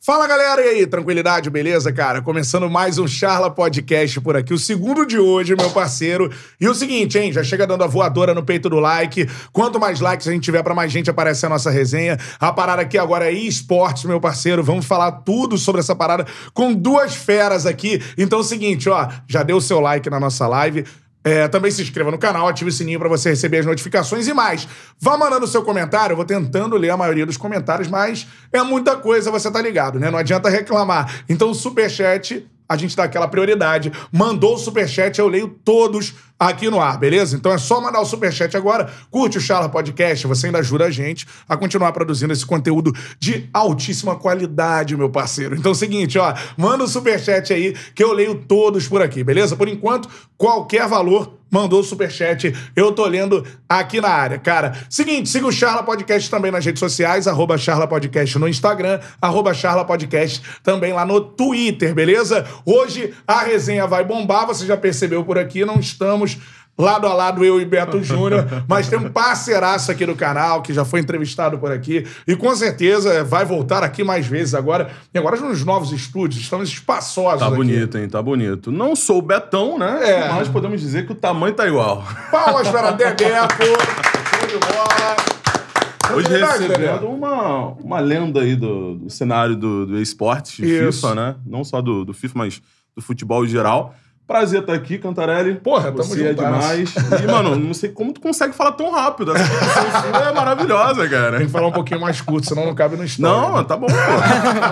Fala, galera, e aí, tranquilidade, beleza, cara? Começando mais um Charla Podcast por aqui, o segundo de hoje, meu parceiro. E o seguinte, hein, já chega dando a voadora no peito do like. Quanto mais likes a gente tiver, pra mais gente aparecer a nossa resenha. A parada aqui agora é eSports, meu parceiro. Vamos falar tudo sobre essa parada com duas feras aqui. Então é o seguinte, ó, já deu o seu like na nossa live. Também se inscreva no canal, ative o sininho pra você receber as notificações e mais. Vá mandando o seu comentário, eu vou tentando ler a maioria dos comentários, mas é muita coisa, você tá ligado, né? Não adianta reclamar. Então o Superchat, a gente dá aquela prioridade. Mandou o Superchat, eu leio todos aqui no ar, beleza? Então é só mandar o Superchat agora, curte o Charla Podcast, você ainda ajuda a gente a continuar produzindo esse conteúdo de altíssima qualidade, meu parceiro. Então é o seguinte, ó, manda o Superchat aí que eu leio todos por aqui, beleza? Por enquanto, qualquer valor, mandou o Superchat, eu tô lendo aqui na área. Cara, seguinte, siga o Charla Podcast também nas redes sociais, @Charla Podcast no Instagram, @Charla Podcast também lá no Twitter, beleza? Hoje a resenha vai bombar, você já percebeu por aqui, não estamos lado a lado, eu e Beto Júnior, mas tem um parceiraço aqui do canal, que já foi entrevistado por aqui, e com certeza vai voltar aqui mais vezes agora, e agora nos novos estúdios, estamos espaçosos Tá aqui. bonito, hein? Tá bonito. Não sou o Betão, né? Mas podemos dizer que o tamanho tá igual. Palmas para Dedeco, show de bola. Hoje recebendo uma lenda aí do cenário do esportes, FIFA, né? Não só do FIFA, mas do futebol em geral. Prazer estar aqui, Cantarelli. Porra, tamo Você é juntas. demais. E, mano, não sei como tu consegue falar tão rápido. Essa produção sua é maravilhosa, cara. Tem que falar um pouquinho mais curto, senão não cabe no story. Não, tá bom, pô. Tá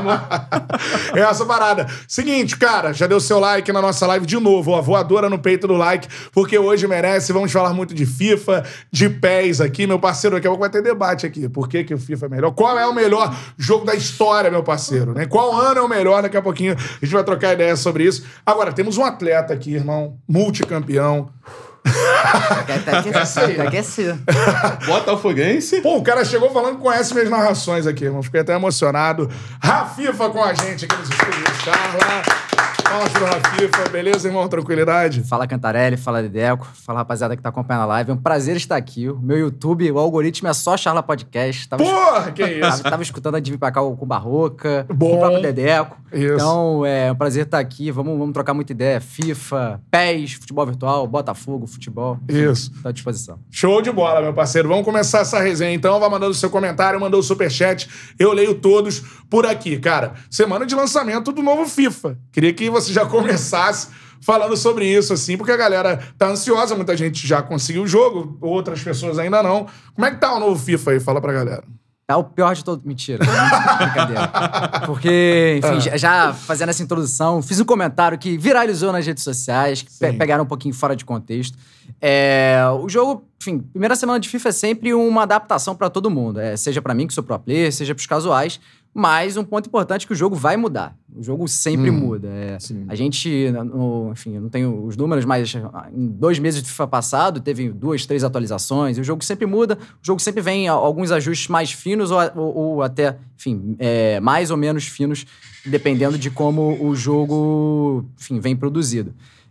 bom. É essa parada. Seguinte, cara, já deu seu like na nossa live de novo, ó, voadora no peito do like, porque hoje merece, vamos falar muito de FIFA, de PES aqui, meu parceiro, daqui a pouco vai ter debate aqui, por que que o FIFA é melhor, qual é o melhor jogo da história, meu parceiro, né? Qual ano é o melhor, daqui a pouquinho a gente vai trocar ideia sobre isso. Agora, temos um atleta aqui, irmão, multicampeão. Tá aquecido. Botafoguense. Pô, o cara chegou falando que conhece minhas narrações aqui, irmão. Fiquei até emocionado. Rafifa com a gente aqui nos estúdios do Charla. Palmas pro Rafifa. Beleza, irmão? Tranquilidade? Fala Cantarelli, fala Dedeco, fala rapaziada que tá acompanhando a live. É um prazer estar aqui. O meu YouTube, o algoritmo é só Charla Podcast. Porra, que isso? Tava escutando antes de vir pra cá com o Barroca, Bom. com o próprio Dedeco. Isso. Então, é um prazer estar aqui. Vamos trocar muita ideia. FIFA, PES, futebol virtual, Botafogo, futebol. Isso. Tá à disposição. Show de bola, meu parceiro. Vamos começar essa resenha, então. Vai mandando o seu comentário, mandou o superchat. Eu leio todos por aqui, cara. Semana de lançamento do novo FIFA. Queria que você já começasse falando sobre isso, assim, porque a galera tá ansiosa. Muita gente já conseguiu o jogo, outras pessoas ainda não. Como é que tá o novo FIFA aí? Fala pra galera. Tá o pior de todo. Mentira. Brincadeira. Porque, enfim, já fazendo essa introdução, fiz um comentário que viralizou nas redes sociais, que pegaram um pouquinho fora de contexto. O jogo, enfim, primeira semana de FIFA é sempre uma adaptação pra todo mundo. Seja pra mim, que sou pro player, seja pros casuais. Mas um ponto importante é que o jogo vai mudar. O jogo sempre muda. A gente, enfim, eu não tenho os números, mas em 2 meses de FIFA passado, teve 2, 3 atualizações. E o jogo sempre muda. O jogo sempre vem alguns ajustes mais finos ou até, enfim, mais ou menos finos, dependendo de como o jogo, enfim, vem produzido.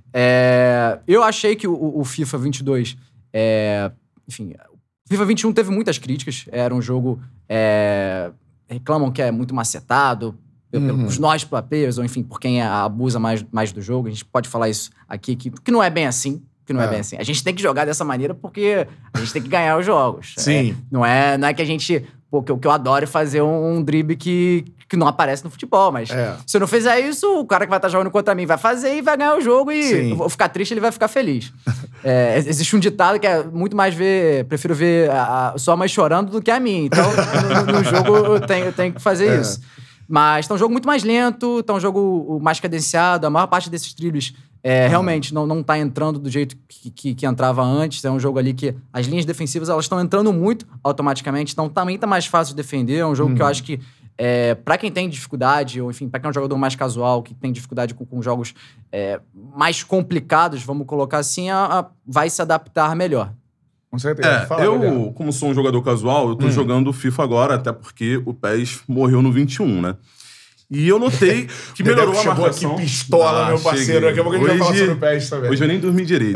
Eu achei que o FIFA 22, enfim, o FIFA 21 teve muitas críticas. Era um jogo... reclamam que é muito macetado pelos nós pro players, ou enfim, por quem abusa mais do jogo. A gente pode falar isso aqui, que não é bem assim. Que não é bem assim. A gente tem que jogar dessa maneira porque a gente tem que ganhar os jogos. Sim. Não é que a gente... Pô, que eu adoro é fazer um drible que não aparece no futebol, mas se eu não fizer isso, o cara que vai estar jogando contra mim vai fazer e vai ganhar o jogo e eu vou ficar triste, ele vai ficar feliz. Existe um ditado que é muito mais prefiro ver a sua mãe chorando do que a minha. Então, no jogo eu tenho que fazer isso. Mas tá um jogo muito mais lento, tá um jogo mais cadenciado, a maior parte desses dribles realmente não tá entrando do jeito que entrava antes. É um jogo ali que as linhas defensivas elas estão entrando muito automaticamente, então também tá mais fácil de defender. É um jogo que eu acho que pra quem tem dificuldade, ou enfim, pra quem é um jogador mais casual, que tem dificuldade com jogos mais complicados, vamos colocar assim, vai se adaptar melhor. Com certeza. Fala, eu, como sou um jogador casual, eu tô jogando o FIFA agora, até porque o PES morreu no 21, né? E eu notei que melhorou a marcação. Chegou aqui pistola, meu parceiro. Daqui a pouco a gente vai falar sobre o PES também. Hoje eu nem dormi direito.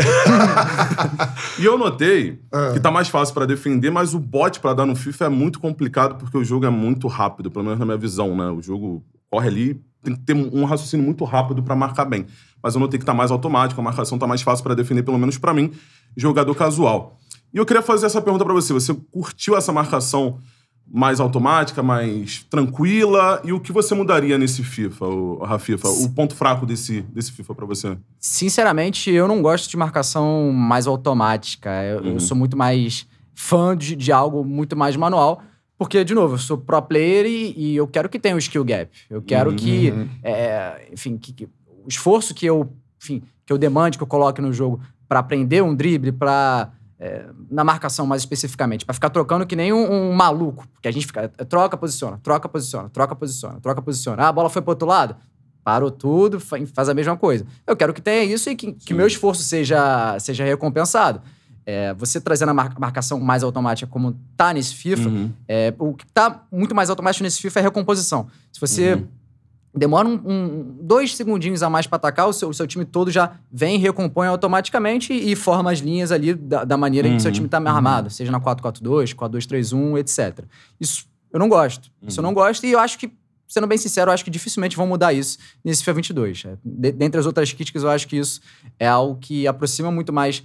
E eu notei que tá mais fácil pra defender, mas o bot pra dar no FIFA é muito complicado porque o jogo é muito rápido, pelo menos na minha visão, né? O jogo corre ali, tem que ter um raciocínio muito rápido pra marcar bem. Mas eu notei que tá mais automático, a marcação tá mais fácil pra defender, pelo menos pra mim, jogador casual. E eu queria fazer essa pergunta pra você. Você curtiu essa marcação mais automática, mais tranquila? E o que você mudaria nesse FIFA, Rafifa? O ponto fraco desse FIFA pra você? Sinceramente, eu não gosto de marcação mais automática. Eu sou muito mais fã de algo muito mais manual. Porque, de novo, eu sou pro player e eu quero que tenha um skill gap. Eu quero que, enfim, o esforço que eu demande, que eu coloque no jogo pra aprender um drible, na marcação mais especificamente, pra ficar trocando que nem um maluco. Porque a gente fica, troca, posiciona, troca, posiciona, troca, posiciona, troca, posiciona. Ah, a bola foi pro outro lado? Parou tudo, faz a mesma coisa. Eu quero que tenha isso e que meu esforço seja recompensado. Você trazendo a marcação mais automática como tá nesse FIFA, o que tá muito mais automático nesse FIFA é a recomposição. Se você demora 2 segundinhos a mais pra atacar, o seu time todo já vem, recompõe automaticamente e forma as linhas ali da maneira em que seu time tá armado, seja na 4-4-2, 4-2-3-1, etc. Isso eu não gosto. Isso eu não gosto e eu acho que, sendo bem sincero, eu acho que dificilmente vão mudar isso nesse FIFA 22. Dentre as outras críticas, eu acho que isso é algo que aproxima muito mais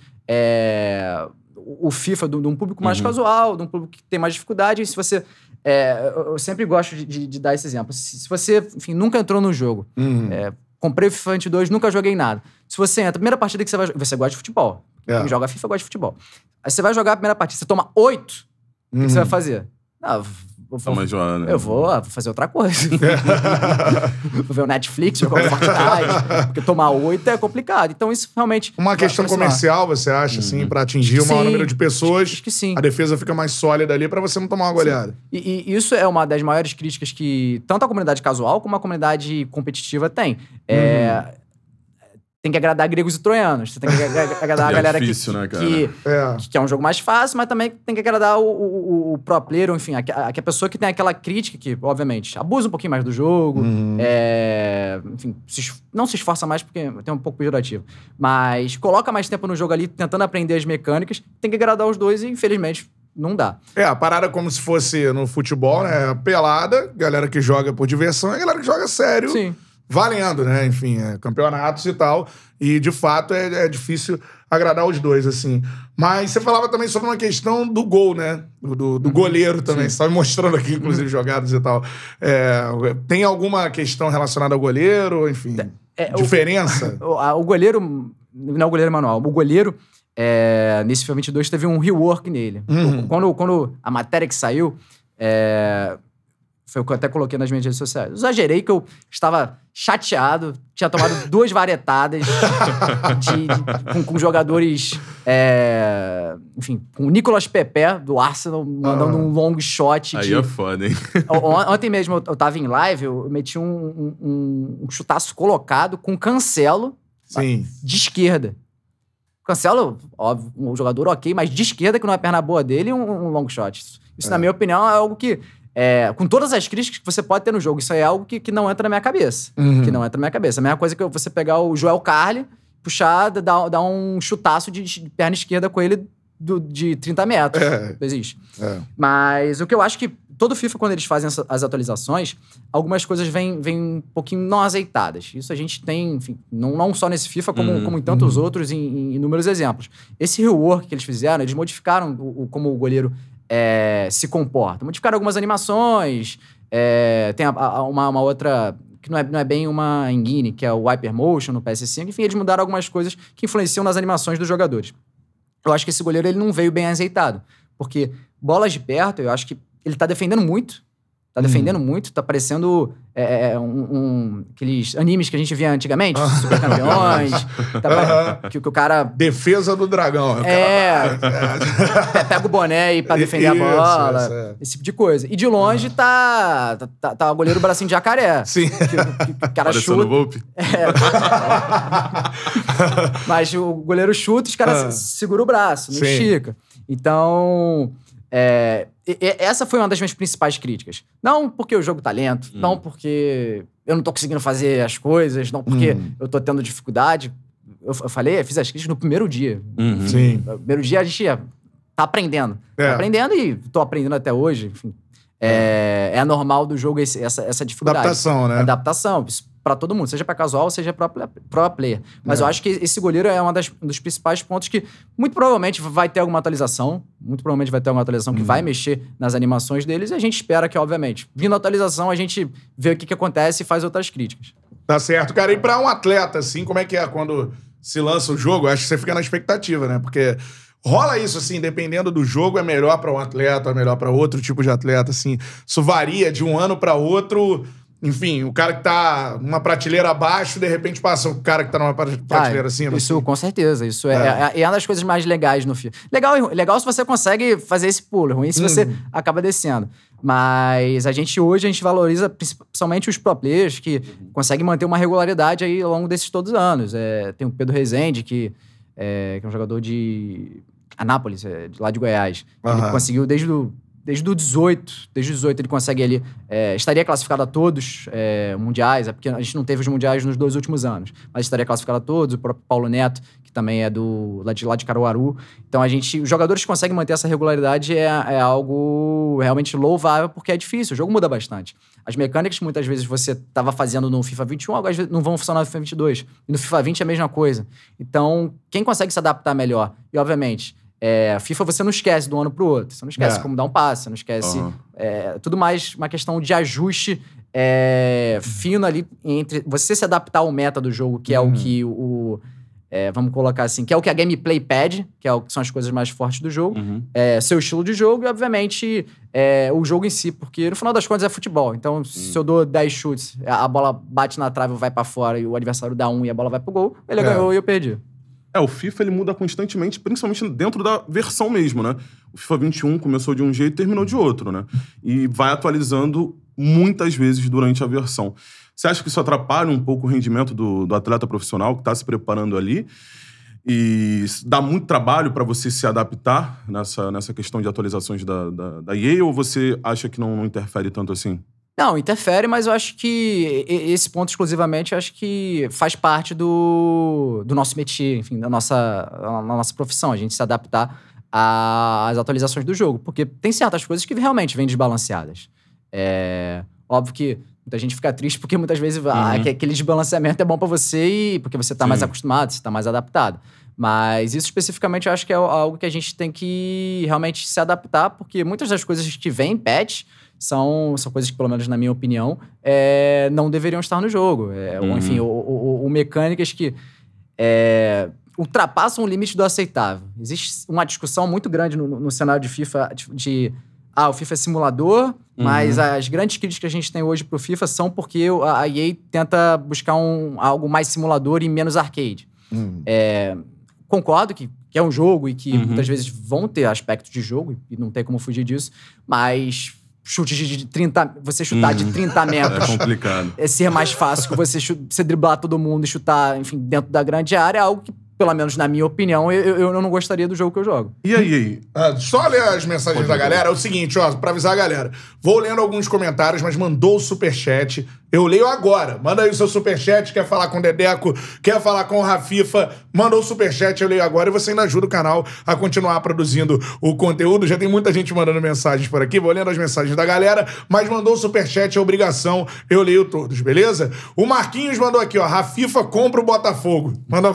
o FIFA de um público mais casual, de um público que tem mais dificuldade. E se você... eu sempre gosto de dar esse exemplo. Se você, enfim, nunca entrou no jogo, comprei o FIFA 22, nunca joguei nada. Se você entra, a primeira partida que você vai jogar... Você gosta de futebol. Quem joga FIFA gosta de futebol. Aí você vai jogar a primeira partida, você toma 8, o que você vai fazer? Não, eu vou fazer outra coisa. Vou ver o Netflix, jogar o Fortnite. Porque tomar 8 é complicado. Então isso realmente... Uma questão comercial, você acha, assim, pra atingir o maior número de pessoas? Acho que sim. A defesa fica mais sólida ali pra você não tomar uma goleada. E isso é uma das maiores críticas que tanto a comunidade casual como a comunidade competitiva tem. Tem que agradar gregos e troianos. Você tem que agradar a galera difícil, né, cara? que é um jogo mais fácil, mas também tem que agradar o pro player, enfim, a pessoa que tem aquela crítica que, obviamente, abusa um pouquinho mais do jogo, enfim, não se esforça mais porque tem um pouco pejorativo, mas coloca mais tempo no jogo ali, tentando aprender as mecânicas, tem que agradar os dois e, infelizmente, não dá. A parada como se fosse no futebol, né? Pelada, galera que joga por diversão e galera que joga sério. Sim. Valendo, né? Enfim, campeonatos e tal. E, de fato, é difícil agradar os dois, assim. Mas você falava também sobre uma questão do gol, né? Do goleiro também. Sim. Você estava me mostrando aqui, inclusive, jogadas e tal. Tem alguma questão relacionada ao goleiro? Enfim, diferença? O goleiro... Não é o goleiro manual. O goleiro, nesse FIFA 22, teve um rework nele. Quando a matéria que saiu... Foi o que eu até coloquei nas minhas redes sociais. Eu exagerei que eu estava chateado, tinha tomado 2 varetadas com jogadores... enfim, com o Nicolas Pepe, do Arsenal, mandando um long shot. Aí é foda, hein? Ontem mesmo eu tava em live, eu meti um chutaço colocado com Cancelo. Sim. De esquerda. Cancelo, óbvio, um jogador ok, mas de esquerda, que não é a perna boa dele, um long shot. Isso, na minha opinião, é algo que... com todas as críticas que você pode ter no jogo, isso aí é algo que não entra na minha cabeça. Que não entra na minha cabeça. A mesma coisa que você pegar o Joel Carli, puxar, dar um chutaço de perna esquerda com ele de 30 metros. Não existe. Mas o que eu acho que todo FIFA, quando eles fazem as atualizações, algumas coisas vêm um pouquinho não azeitadas. Isso a gente tem, enfim, não só nesse FIFA, como em tantos outros, em inúmeros exemplos. Esse rework que eles fizeram, eles modificaram como o goleiro se comporta. Modificaram algumas animações, tem uma outra que não é bem uma engine, que é o Hypermotion no PS5. Enfim, eles mudaram algumas coisas que influenciam nas animações dos jogadores. Eu acho que esse goleiro ele não veio bem azeitado, porque bolas de perto, eu acho que ele tá defendendo muito. Tá parecendo aqueles animes que a gente via antigamente, Super Campeões. Que o cara... Defesa do dragão. Pega o boné aí pra defender a bola. Esse tipo de coisa. E de longe tá o goleiro bracinho de jacaré. Sim. Que o cara chuta. Volpe. Mas o goleiro chuta, os caras seguram o braço, não estica. Então... essa foi uma das minhas principais críticas. Não porque o jogo tá lento, não porque eu não tô conseguindo fazer as coisas, não porque eu tô tendo dificuldade. Eu fiz as críticas no primeiro dia. Sim. No primeiro dia a gente tá aprendendo. Tá aprendendo e tô aprendendo até hoje, enfim. É normal do jogo essa dificuldade. Adaptação, né? Adaptação. Pra todo mundo, seja pra casual, seja pro player. Mas eu acho que esse goleiro é um dos principais pontos que muito provavelmente vai ter alguma atualização. Muito provavelmente vai ter alguma atualização que vai mexer nas animações deles. E a gente espera que, obviamente, vindo a atualização, a gente vê o que acontece e faz outras críticas. Tá certo, cara. E pra um atleta, assim, como é que é quando se lança o jogo? Acho que você fica na expectativa, né? Porque rola isso, assim, dependendo do jogo, é melhor pra um atleta, é melhor pra outro tipo de atleta, assim. Isso varia de um ano pra outro. Enfim, o cara que tá numa prateleira abaixo, de repente passa o cara que tá numa prateleira acima. Isso, assim. com certeza. Isso é uma das coisas mais legais no FIFA. Legal se você consegue fazer esse pulo. Ruim se você acaba descendo. Mas hoje a gente valoriza principalmente os pro players que conseguem manter uma regularidade aí ao longo desses todos os anos. Tem o Pedro Rezende, que é um jogador de Anápolis, lá de Goiás. Ele conseguiu desde o 18. Desde o 18 ele consegue ali... estaria classificado a todos mundiais, porque a gente não teve os mundiais nos 2 últimos anos. Mas estaria classificado a todos. O próprio Paulo Neto, que também é lá de Caruaru. Então os jogadores que conseguem manter essa regularidade é algo realmente louvável, porque é difícil. O jogo muda bastante. As mecânicas que muitas vezes você estava fazendo no FIFA 21, agora não vão funcionar no FIFA 22. E no FIFA 20 é a mesma coisa. Então, quem consegue se adaptar melhor? E, obviamente... A FIFA você não esquece de um ano pro outro. Você não esquece como dar um passe, você não esquece... tudo mais uma questão de ajuste fino ali entre você se adaptar ao meta do jogo, que é o que vamos colocar assim, que é o que a gameplay pede, que são as coisas mais fortes do jogo, seu estilo de jogo e, obviamente, o jogo em si, porque no final das contas é futebol. Então, se eu dou 10 chutes, a bola bate na trave, vai pra fora e o adversário dá 1 e a bola vai pro gol, ele ganhou e eu perdi. O FIFA ele muda constantemente, principalmente dentro da versão mesmo, né? O FIFA 21 começou de um jeito e terminou de outro, né? E vai atualizando muitas vezes durante a versão. Você acha que isso atrapalha um pouco o rendimento do atleta profissional que está se preparando ali? E dá muito trabalho para você se adaptar nessa questão de atualizações da EA, ou você acha que não interfere tanto assim? Não, interfere, mas eu acho que esse ponto exclusivamente, eu acho que faz parte do nosso métier, enfim, da nossa profissão, a gente se adaptar às atualizações do jogo, porque tem certas coisas que realmente vêm desbalanceadas. Óbvio que muita gente fica triste porque muitas vezes aquele desbalanceamento é bom pra você porque você tá mais acostumado, você tá mais adaptado. Mas isso especificamente eu acho que é algo que a gente tem que realmente se adaptar, porque muitas das coisas que vêm em patch são coisas que, pelo menos na minha opinião, não deveriam estar no jogo. Ou, enfim, ou mecânicas que ultrapassam o limite do aceitável. Existe uma discussão muito grande no cenário de FIFA o FIFA é simulador, mas as grandes críticas que a gente tem hoje pro FIFA são porque a EA tenta buscar algo mais simulador e menos arcade. Concordo que é um jogo e que muitas vezes vão ter aspectos de jogo e não tem como fugir disso, mas chute de 30... Você chutar de 30 metros... É complicado. Ser mais fácil que você driblar todo mundo e chutar, enfim, dentro da grande área é algo que, pelo menos na minha opinião, eu não gostaria do jogo que eu jogo. E aí? Só ler as mensagens da galera. É o seguinte, pra avisar a galera. Vou lendo alguns comentários, mas mandou o superchat. Eu leio agora. Manda aí o seu superchat. Quer falar com o Dedeco? Quer falar com o Rafifa? Mandou o superchat, eu leio agora. E você ainda ajuda o canal a continuar produzindo o conteúdo. Já tem muita gente mandando mensagens por aqui. Vou lendo as mensagens da galera. Mas mandou o superchat, é obrigação. Eu leio todos, beleza? O Marquinhos mandou aqui, Rafifa compra o Botafogo. Manda...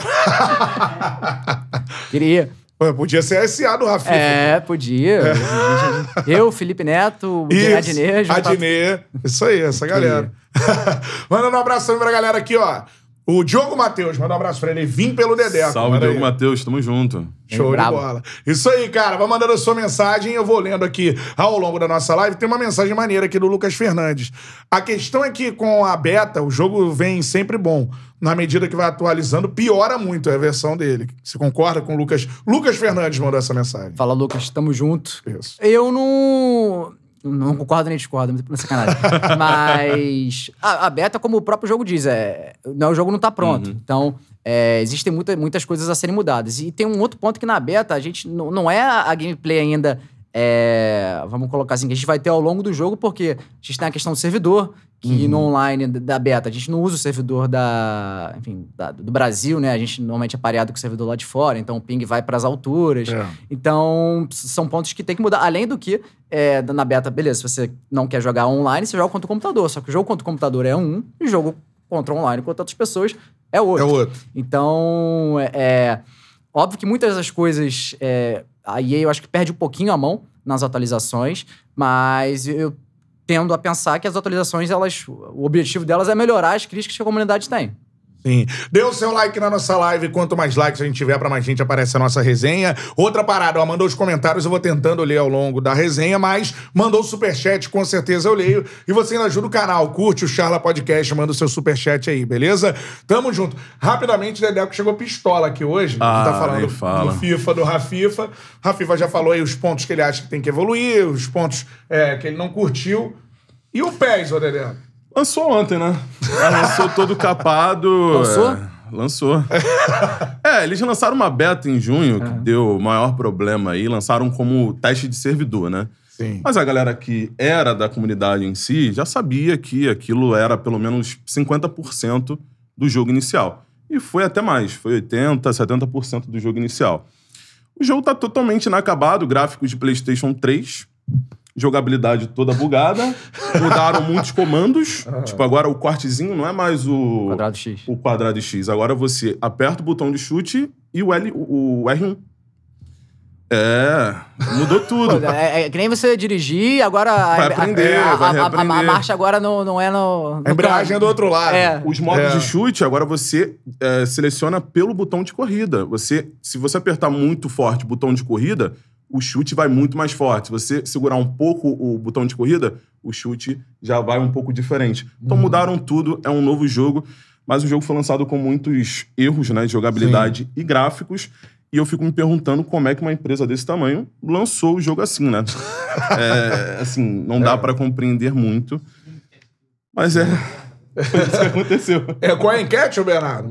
Queria. Podia ser a SA do Rafifa. Podia. Eu, Felipe Neto, o Adnet. Adnet. Isso aí, essa galera. Mandando um abraço também pra galera aqui, O Diogo Matheus, manda um abraço pra ele. Vim pelo Dedeco. Salve, Diogo Matheus, tamo junto. Show de bola. Isso aí, cara. Vai mandando a sua mensagem, eu vou lendo aqui ao longo da nossa live. Tem uma mensagem maneira aqui do Lucas Fernandes. A questão é que com a beta, o jogo vem sempre bom. Na medida que vai atualizando, piora muito a versão dele. Você concorda com o Lucas? Lucas Fernandes mandou essa mensagem. Fala, Lucas, tamo junto. Isso. Eu não concordo nem discordo, muito sacanagem. Mas a beta, como o próprio jogo diz, o jogo não tá pronto. Então, existem muitas coisas a serem mudadas. E tem um outro ponto que na beta, a gente não é a gameplay ainda vamos colocar assim, que a gente vai ter ao longo do jogo, porque a gente tem a questão do servidor, que no online da beta, a gente não usa o servidor do Brasil, né? A gente normalmente é pareado com o servidor lá de fora, então o ping vai para as alturas. Então, são pontos que tem que mudar. Além do que, na beta, beleza, se você não quer jogar online, você joga contra o computador. Só que o jogo contra o computador é um, e o jogo contra online contra outras pessoas é outro. Então, óbvio que muitas das coisas, a EA eu acho que perde um pouquinho a mão nas atualizações, mas eu tendo a pensar que as atualizações, o objetivo delas é melhorar as críticas que a comunidade tem. Sim. Dê o seu like na nossa live. Quanto mais likes a gente tiver, pra mais gente aparece a nossa resenha. Outra parada, mandou os comentários, eu vou tentando ler ao longo da resenha, mas mandou o superchat, com certeza eu leio. E você ainda ajuda o canal, curte o Charla Podcast, manda o seu superchat aí, beleza? Tamo junto. Rapidamente, Dedeco chegou pistola aqui hoje. A gente tá falando do FIFA, do Rafifa. Rafifa já falou aí os pontos que ele acha que tem que evoluir, os pontos que ele não curtiu. E o PES, ô Dedeco? Lançou ontem, né? Lançou todo capado. Lançou? Lançou. Eles lançaram uma beta em junho, que deu o maior problema aí. Lançaram como teste de servidor, né? Sim. Mas a galera que era da comunidade em si já sabia que aquilo era pelo menos 50% do jogo inicial. E foi até mais. Foi 80%, 70% do jogo inicial. O jogo tá totalmente inacabado. Gráficos de PlayStation 3... Jogabilidade toda bugada. Mudaram muitos comandos. Tipo, agora o cortezinho não é mais o quadrado X. Agora você aperta o botão de chute e o R1. Mudou tudo. É que nem você dirigir, agora... Vai aprender, vai reaprender. A marcha agora não é no... A embreagem é do outro lado. Os modos de chute, agora você seleciona pelo botão de corrida. Se você apertar muito forte o botão de corrida... o chute vai muito mais forte. Se você segurar um pouco o botão de corrida, o chute já vai um pouco diferente. Então mudaram tudo, é um novo jogo, mas o jogo foi lançado com muitos erros, né, de jogabilidade e gráficos, e eu fico me perguntando como é que uma empresa desse tamanho lançou o jogo assim, né? Não dá pra compreender muito, mas foi isso que aconteceu. Qual é a enquete, Bernardo?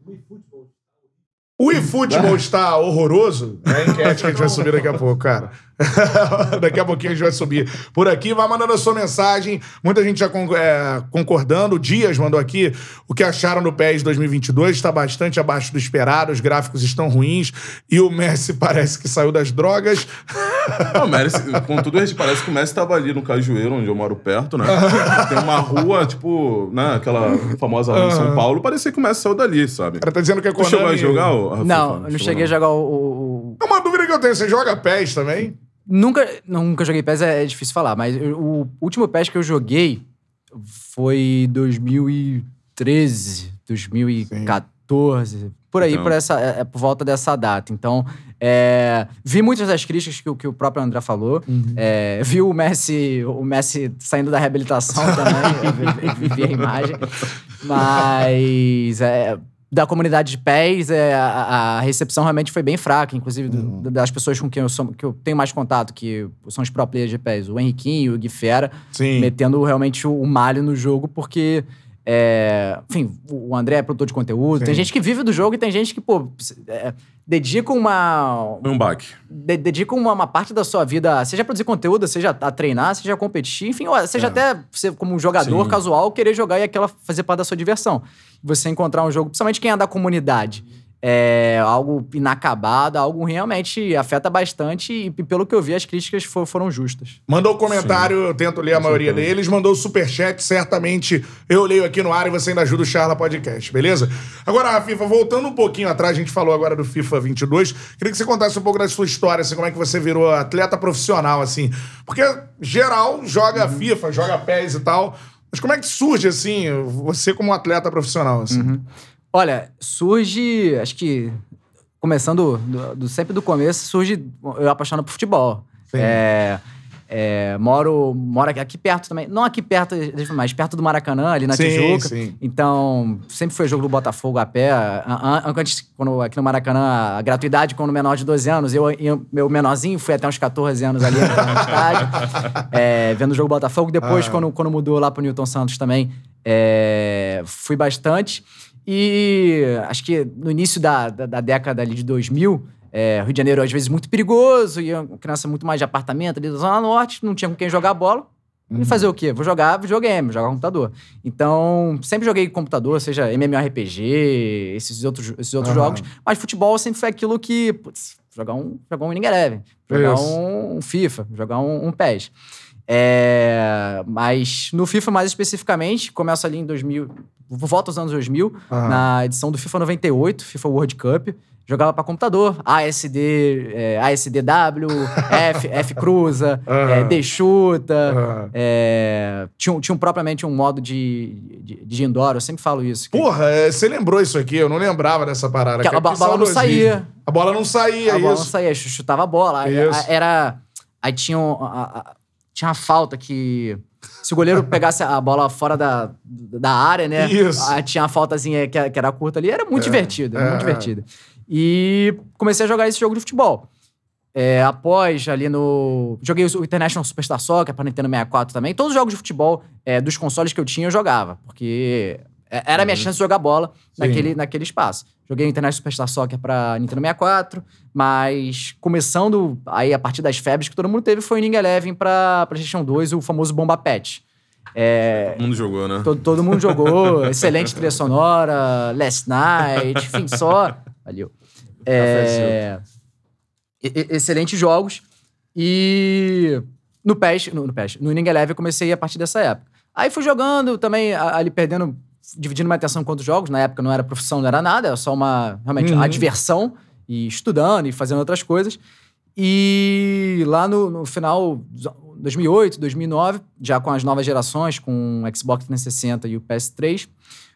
O eFootball está horroroso? É a enquete que a gente vai subir daqui a pouco, cara. Daqui a pouquinho a gente vai subir por aqui. Vai mandando a sua mensagem. Muita gente já concordando. O Dias mandou aqui o que acharam do PES 2022. Está bastante abaixo do esperado. Os gráficos estão ruins. E o Messi parece que saiu das drogas. Não, Messi, com tudo a gente parece que o Messi estava ali no Cajueiro, onde eu moro perto, né? Tem uma rua, tipo, né? Aquela famosa rua em São Paulo. Parecia que o Messi saiu dali, sabe? O cara tá dizendo que é Konami... Tu chegou a jogar, Rafa? Não cheguei a jogar o... É uma dúvida que eu tenho. Você joga PES também? Nunca joguei PES, é difícil falar, mas o último PES que eu joguei foi 2013, 2014, sim. Por aí, então. Por volta dessa data. Então, vi muitas das críticas que o próprio André falou. Vi o Messi saindo da reabilitação também, vi a imagem. Mas... da comunidade de PES, a recepção realmente foi bem fraca, inclusive das pessoas com quem eu tenho mais contato, que são os pro players de PES, o Henriquinho, o Gui Fera, metendo realmente o malho no jogo, porque, enfim, o André é produtor de conteúdo, tem gente que vive do jogo e tem gente que, dedica um baque. Dedica uma parte da sua vida, seja a produzir conteúdo, seja a treinar, seja a competir, enfim, seja até você, como um jogador casual, querer jogar e fazer parte da sua diversão. Você encontrar um jogo, principalmente quem é da comunidade, algo inacabado, algo realmente afeta bastante e pelo que eu vi, as críticas foram justas. Mandou comentário, eu tento ler a maioria deles, mandou superchat, certamente eu leio aqui no ar e você ainda ajuda o Charla Podcast, beleza? Agora, Rafifa, voltando um pouquinho atrás, a gente falou agora do FIFA 22, queria que você contasse um pouco da sua história, assim, como é que você virou atleta profissional, assim, porque geral joga FIFA, joga PES e tal, mas como é que surge, assim, você como atleta profissional, assim? Olha, surge, acho que, começando sempre do começo, surge eu apaixonado por futebol. Moro aqui perto também, não aqui perto, mas perto do Maracanã, ali na Tijuca. Então, sempre foi jogo do Botafogo a pé. Antes, aqui no Maracanã, a gratuidade, quando menor de 12 anos, meu menorzinho, fui até uns 14 anos ali no estádio, vendo o jogo do Botafogo. Depois, quando mudou lá pro Newton Santos também, fui bastante. E acho que no início da década ali de 2000, Rio de Janeiro, às vezes, muito perigoso, e uma criança muito mais de apartamento ali da Zona Norte, não tinha com quem jogar bola. E fazer o quê? Vou jogar videogame, jogar computador. Então, sempre joguei computador, seja MMORPG, esses outros jogos. Mas futebol sempre foi aquilo que... Putz, jogar um Winning Eleven, jogar um FIFA, jogar um PES. Mas no FIFA, mais especificamente, começa ali em 2000... Volta aos anos 2000, na edição do FIFA 98, FIFA World Cup. Jogava pra computador, ASDW, F cruza, D chuta. Tinha propriamente um modo de indoor, eu sempre falo isso. Porra, você lembrou isso aqui? Eu não lembrava dessa parada. Que a bola não saía. A bola não saía, A bola não saía, chutava a bola. Aí tinha uma falta que... Se o goleiro pegasse a bola fora da área, né? Aí tinha uma faltazinha que era curta ali. Era muito divertido, muito divertido. E comecei a jogar esse jogo de futebol. Após ali no... Joguei o International Superstar Soccer pra Nintendo 64 também. Todos os jogos de futebol dos consoles que eu tinha, eu jogava. Porque era a minha chance de jogar bola naquele espaço. Joguei o International Superstar Soccer pra Nintendo 64, mas começando aí a partir das febres que todo mundo teve foi o Winning Eleven pra PlayStation 2, o famoso Bomba Pet. Todo mundo jogou, né? Todo mundo jogou. Excelente trilha sonora, Last Night, enfim, só... Valeu. Excelentes jogos. E no Winning Eleven eu comecei a partir dessa época. Aí fui jogando também, ali perdendo... Dividindo minha atenção com outros jogos. Na época não era profissão, não era nada. Era só realmente a diversão. E estudando e fazendo outras coisas. E lá no final... 2008, 2009, já com as novas gerações, com o Xbox 360 e o PS3,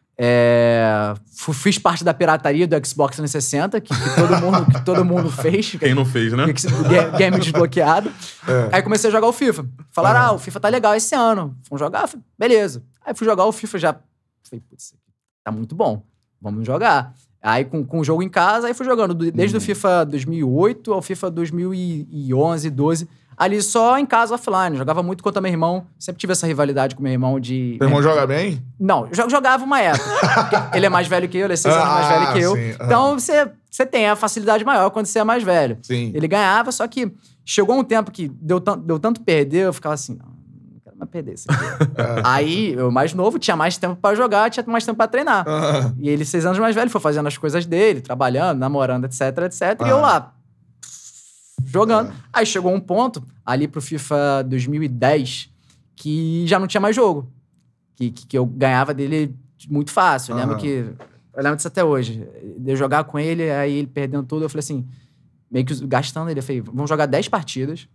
fiz parte da pirataria do Xbox 360, que todo mundo fez. Quem não fez, né? Game desbloqueado. Aí comecei a jogar o FIFA. Falaram, o FIFA tá legal esse ano. Vamos jogar? Beleza. Aí fui jogar o FIFA já. Falei, putz, tá muito bom. Vamos jogar. Aí com o jogo em casa, aí fui jogando desde o FIFA 2008 ao FIFA 2011, 12. Ali só em casa, offline. Jogava muito contra meu irmão. Sempre tive essa rivalidade com meu irmão de... Teu irmão joga bem? Não, jogava uma época. Ele é mais velho que eu, ele é 6 anos mais velho que eu. Sim, então, você tem a facilidade maior quando você é mais velho. Sim. Ele ganhava, só que chegou um tempo que deu tanto perder, eu ficava assim, não quero mais perder isso aqui. Aí, eu mais novo, tinha mais tempo pra jogar, tinha mais tempo pra treinar. E ele, 6 anos mais velho, foi fazendo as coisas dele, trabalhando, namorando, etc. E eu lá... jogando. Aí chegou um ponto, ali pro FIFA 2010, que já não tinha mais jogo. Que eu ganhava dele muito fácil. Eu lembro disso até hoje. De eu jogar com ele, aí ele perdendo tudo, eu falei assim, meio que gastando ele. Eu falei, vamos jogar 10 partidas,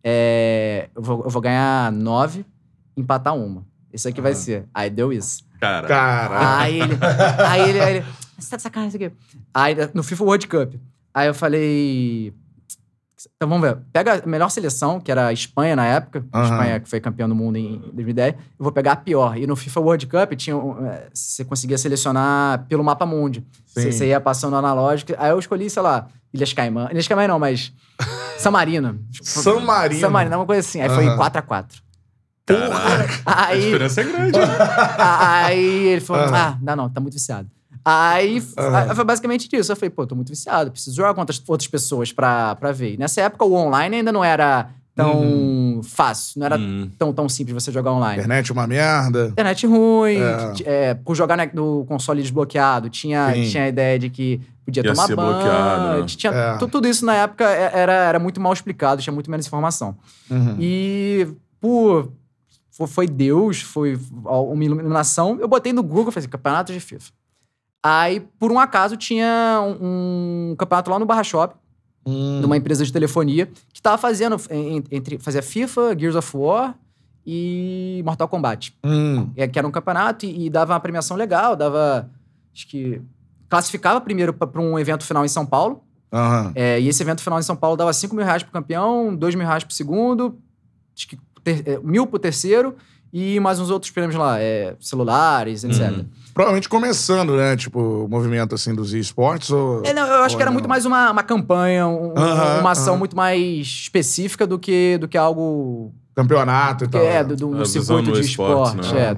eu vou ganhar 9, empatar 1. Isso aqui vai ser. Aí deu isso. Cara. Aí ele, você tá de sacanagem isso aqui. Aí no FIFA World Cup. Aí eu falei... Então vamos ver. Pega a melhor seleção, que era a Espanha na época. A Espanha que foi campeã do mundo em 2010. Eu vou pegar a pior. E no FIFA World Cup, você conseguia selecionar pelo mapa mundi. Você ia passando analógico. Aí eu escolhi, sei lá, Ilhas Caimã. Ilhas Caimã não, mas... San Marino. San Marino, uma coisa assim. Aí foi 4x4. Porra! A diferença é grande. Aí ele falou, não, tá muito viciado. Aí foi basicamente isso. Eu falei, tô muito viciado, preciso jogar com outras pessoas pra ver. E nessa época o online ainda não era tão fácil, não era tão simples você jogar online. Internet uma merda. Internet ruim, por jogar no console desbloqueado, tinha a ideia de que podia tomar ban. Tinha tudo isso na época era muito mal explicado, tinha muito menos informação. E foi Deus, foi uma iluminação. Eu botei no Google, falei, campeonato de FIFA. Aí, por um acaso, tinha um campeonato lá no Barra Shop, de uma empresa de telefonia, que tava fazendo, fazia FIFA, Gears of War e Mortal Kombat. Que era um campeonato e dava uma premiação legal, acho que classificava primeiro para um evento final em São Paulo. E esse evento final em São Paulo dava R$5.000 pro campeão, R$2.000 pro segundo, acho que 1.000 pro terceiro, e mais uns outros prêmios lá, celulares, etc. Provavelmente começando, né? Tipo, o movimento, assim, dos esportes, ou... eu acho que era muito mais uma campanha, uma ação muito mais específica do que algo... Campeonato e tal. Do circuito de esporte. Né?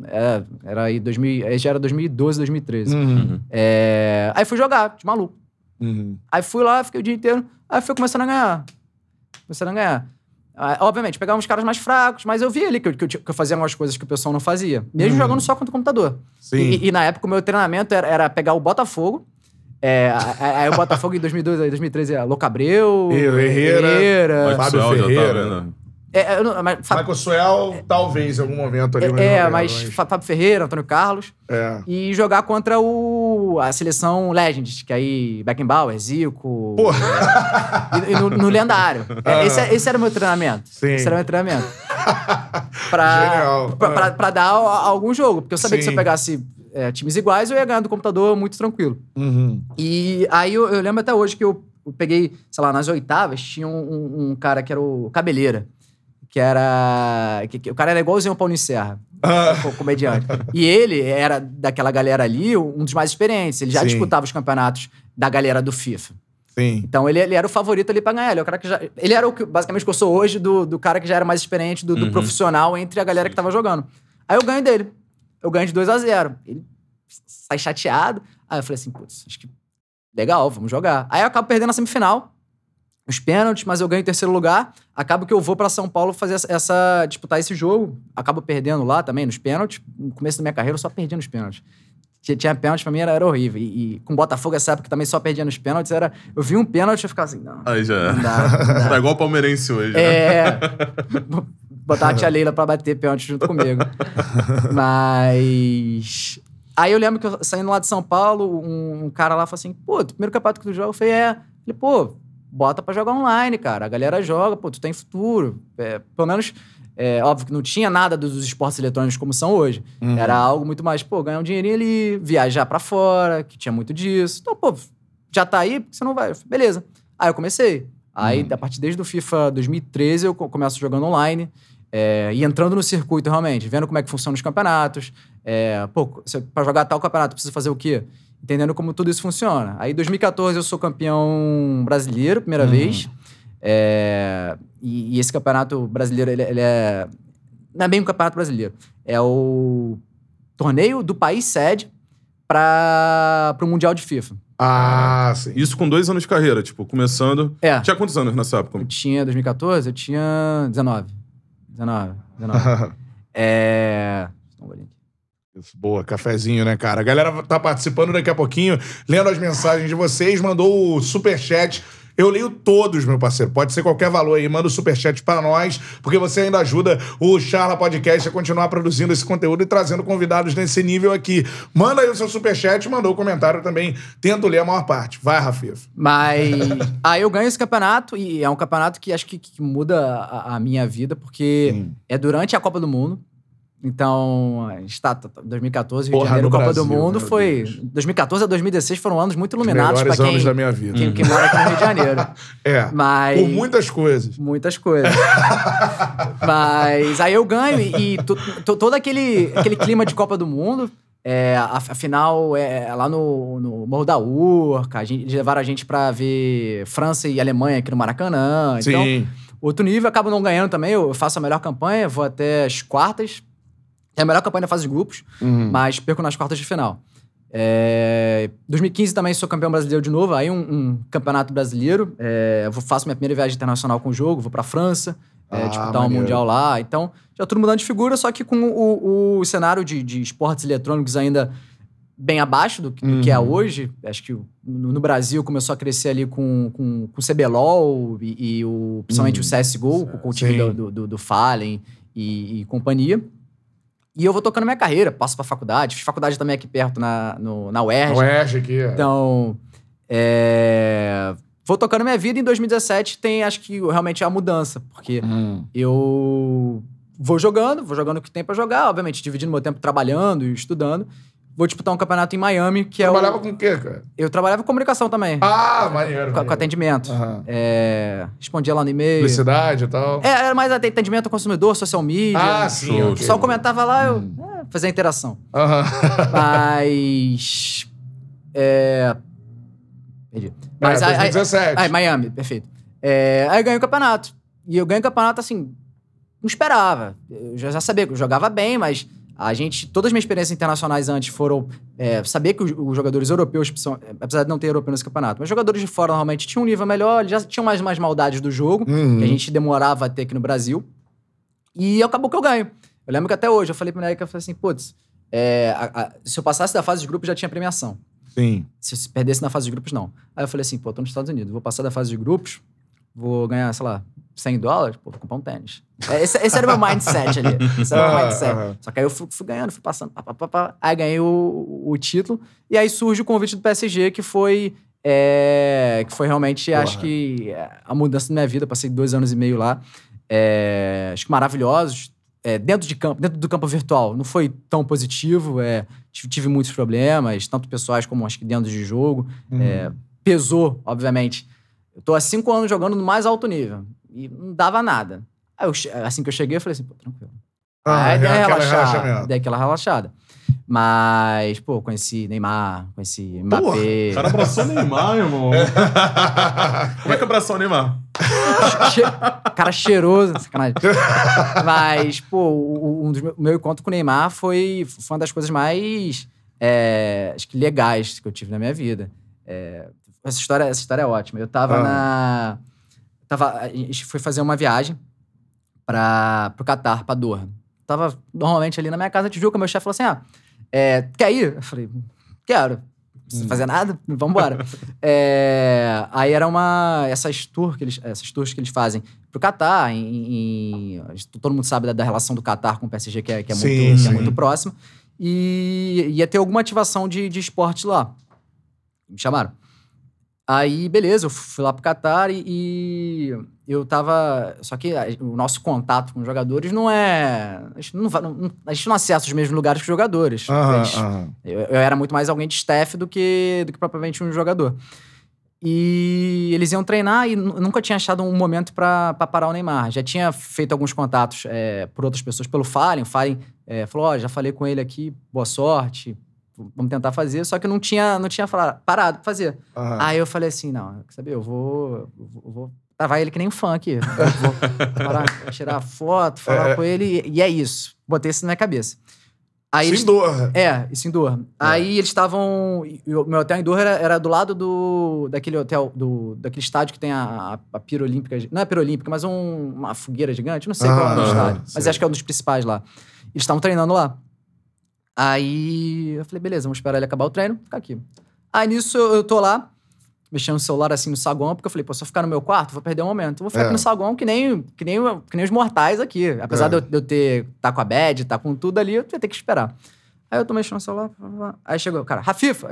Era aí já era 2012, 2013. Aí fui jogar, de maluco. Aí fui lá, fiquei o dia inteiro. Aí fui começando a ganhar. Obviamente, pegava uns caras mais fracos, mas eu via ali que eu fazia algumas coisas que o pessoal não fazia. Mesmo jogando só contra o computador. Sim. E na época o meu treinamento era pegar o Botafogo. Aí o Botafogo em 2002, 2013 era Loucabreu, Herrera, Fábio Ferreira. Mas Michael Suel, talvez, em algum momento ali. Mas Fábio Ferreira, Antônio Carlos. E jogar contra a seleção Legends, que aí Beckenbauer, Zico. E no lendário. Esse era o meu treinamento. Sim. Esse era o meu treinamento. Genial. Pra dar algum jogo. Porque eu sabia que se eu pegasse times iguais, eu ia ganhar do computador muito tranquilo. E aí eu lembro até hoje que eu peguei, sei lá, nas oitavas, tinha um cara que era o Cabeleira. O cara era igualzinho ao Paulinho Serra, comediante. E ele era daquela galera ali, um dos mais experientes. Ele já disputava os campeonatos da galera do FIFA. Sim. Então ele era o favorito ali pra ganhar. Ele era basicamente o que eu sou hoje do cara que já era mais experiente, do profissional entre a galera que tava jogando. Aí eu ganho dele. Eu ganho de 2-0. Ele sai chateado. Aí eu falei assim, putz, acho que legal, vamos jogar. Aí eu acabo perdendo a semifinal. Os pênaltis, mas eu ganho em terceiro lugar. Acabo que eu vou pra São Paulo disputar esse jogo. Acabo perdendo lá também, nos pênaltis. No começo da minha carreira, eu só perdia nos pênaltis. Tinha pênaltis, pra mim era horrível. E com o Botafogo, essa época, também só perdia nos pênaltis. Eu vi um pênalti, eu ficava assim, não. Aí já não dá. Tá igual o palmeirense hoje, né? Botar a tia Leila pra bater pênalti junto comigo. Mas... Aí eu lembro que eu saindo lá de São Paulo, um cara lá falou assim, pô, primeiro campeonato que tu joga? Eu falei, Falei, pô... Bota pra jogar online, cara. A galera joga, pô, tu tem futuro. Pelo menos, óbvio que não tinha nada dos esportes eletrônicos como são hoje. Era algo muito mais, pô, ganhar um dinheirinho ali, viajar pra fora, que tinha muito disso. Então, pô, já tá aí, por que você não vai? Beleza. Aí eu comecei. Aí, a partir desde o FIFA 2013, eu começo jogando online. E entrando no circuito, realmente. Vendo como é que funcionam os campeonatos. Pra jogar tal campeonato, precisa fazer o quê? Entendendo como tudo isso funciona. Aí, em 2014, eu sou campeão brasileiro, primeira vez. E esse campeonato brasileiro, ele não é bem um campeonato brasileiro. É o torneio do país sede para o Mundial de FIFA. Ah, sim. Isso com 2 anos de carreira, tipo, começando... Tinha quantos anos nessa época? 2014, eu tinha 19. 19. Isso, boa, cafezinho, né, cara? A galera tá participando daqui a pouquinho, lendo as mensagens de vocês, mandou o superchat. Eu leio todos, meu parceiro. Pode ser qualquer valor aí. Manda o superchat pra nós, porque você ainda ajuda o Charla Podcast a continuar produzindo esse conteúdo e trazendo convidados nesse nível aqui. Manda aí o seu superchat, mandou o comentário também. Tento ler a maior parte. Vai, Rafif. Mas aí eu ganho esse campeonato e é um campeonato que acho que muda a minha vida, porque é durante a Copa do Mundo. Então, a gente tá 2014, Rio de Janeiro, Copa do Mundo, foi... 2014 a 2016 foram anos muito iluminados pra quem... anos da minha vida. Quem mora aqui no Rio de Janeiro. Mas... Por muitas coisas. Muitas coisas. Mas aí eu ganho e todo aquele clima de Copa do Mundo, a final lá no Morro da Urca, eles levaram a gente pra ver França e Alemanha aqui no Maracanã. Sim. Então, outro nível, acabo não ganhando também, eu faço a melhor campanha, vou até as quartas. É a melhor campanha da fase de grupos, mas perco nas quartas de final. 2015 também sou campeão brasileiro de novo, aí um campeonato brasileiro. Faço minha primeira viagem internacional com o jogo, vou pra França, disputar um mundial lá. Então, já tudo mudando de figura, só que com o cenário de esportes eletrônicos ainda bem abaixo do que é hoje. Acho que no Brasil começou a crescer ali com o CBLOL e principalmente o CSGO, com o time do Fallen e companhia. E eu vou tocando minha carreira, passo pra faculdade. Fiz faculdade também aqui perto, na UERJ. Na UERJ aqui, Então, vou tocando minha vida. Em 2017 tem, acho que, realmente a mudança. Porque eu vou jogando o que tem pra jogar. Obviamente, dividindo meu tempo trabalhando e estudando. Vou disputar um campeonato em Miami, que Trabalhava com o quê, cara? Eu trabalhava com comunicação também. Ah, maneiro. Com atendimento. Respondia lá no e-mail. Publicidade e tal. Era mais atendimento ao consumidor, social media. Ah, sim. O pessoal comentava lá, eu fazia interação. Mas... Perdi. Mas 2017. Miami, perfeito. Aí eu ganhei o campeonato. E eu ganhei o campeonato, assim, não esperava. Eu já sabia que eu jogava bem, mas Todas as minhas experiências internacionais antes foram saber que os jogadores europeus, apesar de não ter europeu nesse campeonato, mas jogadores de fora normalmente tinham um nível melhor, já tinham mais maldades do jogo, que a gente demorava a ter aqui no Brasil. E acabou que eu ganho. Eu lembro que até hoje eu falei pro Neca, eu falei assim, putz, se eu passasse da fase de grupos já tinha premiação. Sim. Se eu perdesse na fase de grupos, não. Aí eu falei assim, pô, tô nos Estados Unidos, vou passar da fase de grupos, vou ganhar, sei lá, $100, pô, vou comprar um tênis. Esse era o meu mindset ali. Esse era o meu mindset. Só que aí eu fui ganhando, fui passando. Aí ganhei o título. E aí surge o convite do PSG, que foi realmente, acho que, a mudança da minha vida. Passei 2 anos e meio lá. Acho que maravilhosos. Dentro do campo virtual, não foi tão positivo. Tive muitos problemas, tanto pessoais como acho que dentro de jogo. Pesou, obviamente. Eu tô há 5 anos jogando no mais alto nível. E não dava nada. Aí, assim que eu cheguei, eu falei assim, pô, tranquilo. Aí dei aquela relaxada. Mas, pô, conheci Neymar, conheci Mbappé. O cara abraçou o Neymar, irmão. Como é que abraçou o Neymar? Cara cheiroso, sacanagem. Mas, pô, o meu encontro com o Neymar foi uma das coisas mais, acho que legais que eu tive na minha vida. Essa história é ótima. Eu tava a gente foi fazer uma viagem pro Catar, pra Doha. Tava normalmente ali na minha casa de Tijuca, meu chefe falou assim, quer ir? Eu falei, quero. Não precisa fazer nada? Vambora. Aí era essas tours que eles fazem pro Catar, todo mundo sabe da relação do Catar com o PSG, que é muito próxima. E ia ter alguma ativação de esporte lá. Me chamaram. Aí, beleza, eu fui lá pro Catar e eu tava... Só que o nosso contato com os jogadores não é... A gente não acessa os mesmos lugares que os jogadores. Eu era muito mais alguém de staff do que propriamente um jogador. E eles iam treinar e nunca tinha achado um momento pra parar o Neymar. Já tinha feito alguns contatos por outras pessoas, pelo Fallen. O Fallen falou, já falei com ele aqui, boa sorte... Vamos tentar fazer, só que não tinha parado pra fazer. Aí eu falei assim, não, quer saber, eu vou travar ele que nem um fã aqui. Vou parar, tirar foto, falar com ele, e é isso. Botei isso na minha cabeça. Aí isso em Doha. Isso em Doha. Aí eles estavam... O meu hotel em Doha era do lado daquele hotel, daquele estádio que tem a pira olímpica. Não é a pira olímpica, mas uma fogueira gigante. Não sei qual é o estádio, mas acho que é um dos principais lá. Eles estavam treinando lá. Aí eu falei, beleza, vamos esperar ele acabar o treino, ficar aqui. Aí nisso eu tô lá, mexendo no celular assim no saguão, porque eu falei, pô, se eu ficar no meu quarto, vou perder um momento. Eu vou ficar aqui no saguão que nem os mortais aqui. Apesar de eu tá com a badge, tá com tudo ali, eu ia ter que esperar. Aí eu tô mexendo no celular, aí chegou o cara, Rafifa,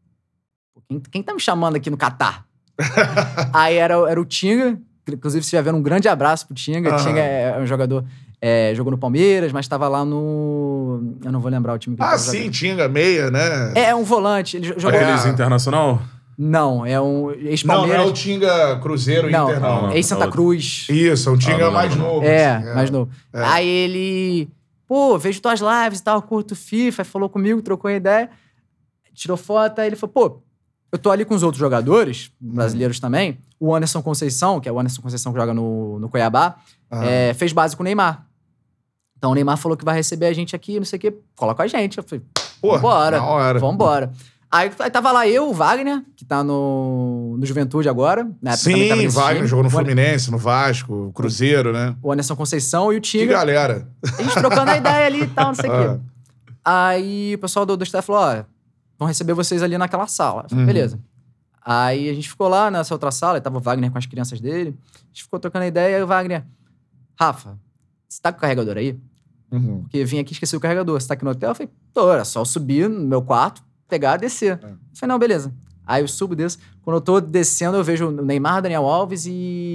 quem tá me chamando aqui no Catar? Aí era o Tinga, inclusive se já vendo um grande abraço pro Tinga. Tinga é um jogador... jogou no Palmeiras, mas estava lá no... Eu não vou lembrar o time que ele sim, jogando. Tinga, meia, né? É um volante. Ele jogou... Aqueles Internacional? Não, é um ex-Palmeiras. Não é o Tinga Cruzeiro Internacional. Não, ex-Santa Cruz. Isso, é um Tinga mais novo. Mais novo. Aí ele... Pô, vejo tuas lives e tal, curto FIFA, falou comigo, trocou uma ideia, tirou foto, aí ele falou, pô, eu tô ali com os outros jogadores, brasileiros também, o Anderson Conceição, que é o Anderson Conceição que joga no Cuiabá, fez base com o Neymar. Então o Neymar falou que vai receber a gente aqui, não sei o quê, coloca a gente. Eu falei, vambora. Aí tava lá eu, o Wagner, que tá no Juventude agora. Né? Sim, Wagner jogou no Fluminense, no Vasco, Cruzeiro, né? O Anderson Conceição e o Tinga. Que galera. A gente trocando a ideia ali e tal, não sei o quê. Aí o pessoal do staff falou, vão receber vocês ali naquela sala. Eu falei, beleza. Aí a gente ficou lá nessa outra sala, e tava o Wagner com as crianças dele. A gente ficou trocando a ideia, aí o Wagner... Rafa, você tá com o carregador aí? Porque eu vim aqui e esqueci o carregador. Você tá aqui no hotel? Eu falei, era só eu subir no meu quarto, pegar e descer. Eu falei, não, beleza. Aí eu subo, desço. Quando eu tô descendo, eu vejo o Neymar, Daniel Alves e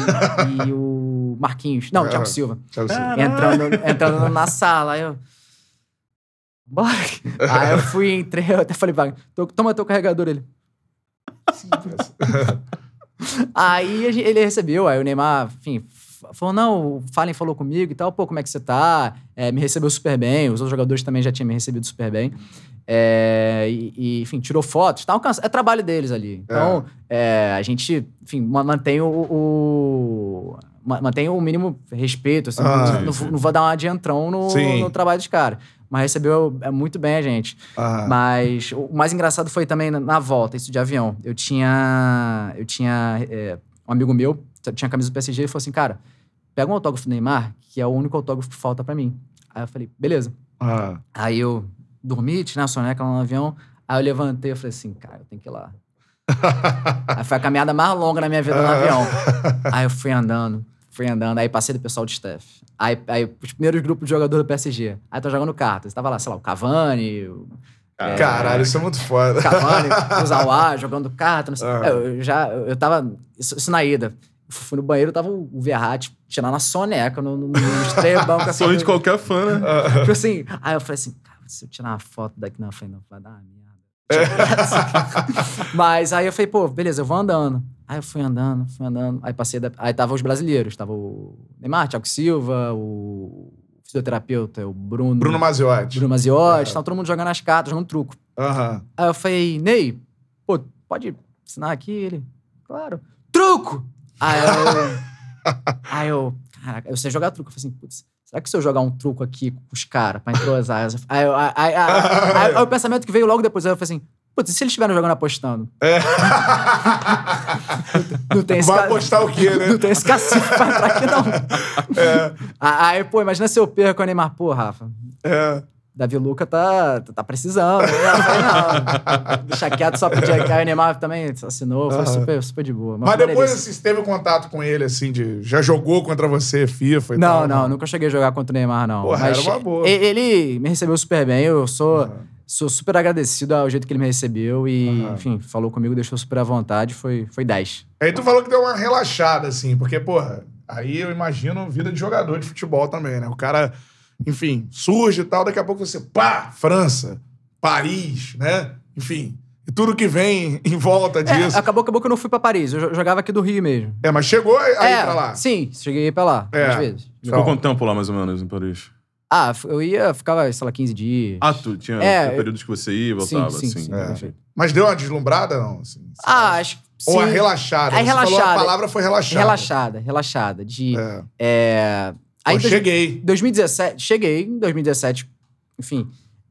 o Marquinhos. Não, Thiago Silva. Entrando na sala. Aí eu... Bora. Aí eu entrei, eu até falei, Wagner, toma teu carregador, ele... Aí ele recebeu, aí o Neymar, enfim, falou, não, o Fallen falou comigo e tal, pô, como é que você tá? Me recebeu super bem, os outros jogadores também já tinham me recebido super bem. Enfim, tirou fotos, tá? É trabalho deles ali. Então, a gente, enfim, mantém mantém o mínimo respeito, assim, não vou dar uma de entrão no trabalho dos caras. Mas recebeu muito bem a gente. Mas o mais engraçado foi também na volta, isso de avião. Eu tinha um amigo meu, tinha a camisa do PSG, e falou assim, cara, pega um autógrafo do Neymar, que é o único autógrafo que falta pra mim. Aí eu falei, beleza. Aí eu dormi, tirei a soneca lá no avião, aí eu levantei e falei assim, cara, eu tenho que ir lá. Aí foi a caminhada mais longa na minha vida no avião. Aí eu fui andando, aí passei do pessoal de staff. Aí os primeiros grupos de jogadores do PSG. Aí tô jogando cartas. Tava lá, sei lá, o Cavani... Caralho, isso é muito foda. Cavani, o Zawá, jogando carta, não sei. Eu tava... Isso na ida. Fui no banheiro, tava o Verratti tirando a soneca no estrebão. Sonho de qualquer fã, né? Tipo assim, aí eu falei assim, cara, se eu tirar uma foto daqui na frente, não vai dar uma merda. Mas aí eu falei, pô, beleza, eu vou andando. Aí eu fui andando. Aí passei aí tava os brasileiros. Tava o Neymar, Thiago Silva, o fisioterapeuta, o Bruno Maziotti. Tava todo mundo jogando as cartas, jogando truco. Aí eu falei, Ney, pô, pode ensinar aqui? Ele, claro. Truco! Aí eu, caraca, eu sei jogar truco. Eu falei assim, putz, será que se eu jogar um truco aqui com os caras pra entrosar? Aí o pensamento que veio logo depois, aí eu falei assim, putz, e se eles estiverem jogando apostando? Não tem esse vai apostar o quê, né? Não tem esse cacife pra entrar aqui, não. Aí, pô, imagina se eu perco o Neymar. Pô, Rafa, Davi Luca tá precisando. Eu falei, não, deixa quieto só pro dia que aí o Neymar também assinou, foi super de boa. Mas depois você teve contato com ele, assim, já jogou contra você, FIFA e tal? Não, nunca cheguei a jogar contra o Neymar, não. Porra, mas era uma boa. Ele me recebeu super bem, eu sou super agradecido ao jeito que ele me recebeu e, enfim, falou comigo, deixou super à vontade, foi 10. Aí tu falou que deu uma relaxada, assim, porque, porra, aí eu imagino vida de jogador de futebol também, né? O cara, enfim, surge e tal, daqui a pouco você, pá, França, Paris, né? Enfim, e tudo que vem em volta disso. Acabou que eu não fui pra Paris, eu jogava aqui do Rio mesmo. Mas chegou aí pra lá? Sim, cheguei pra lá, às vezes. Ficou quanto tempo lá, mais ou menos, em Paris? Ficava, sei lá, 15 dias. Tu tinha períodos que você ia e voltava, sim. Mas deu uma deslumbrada, não? Assim, acho que sim. Ou a relaxada? Você falou a palavra foi relaxada. Relaxada. Aí cheguei. 2017, cheguei em 2017, enfim,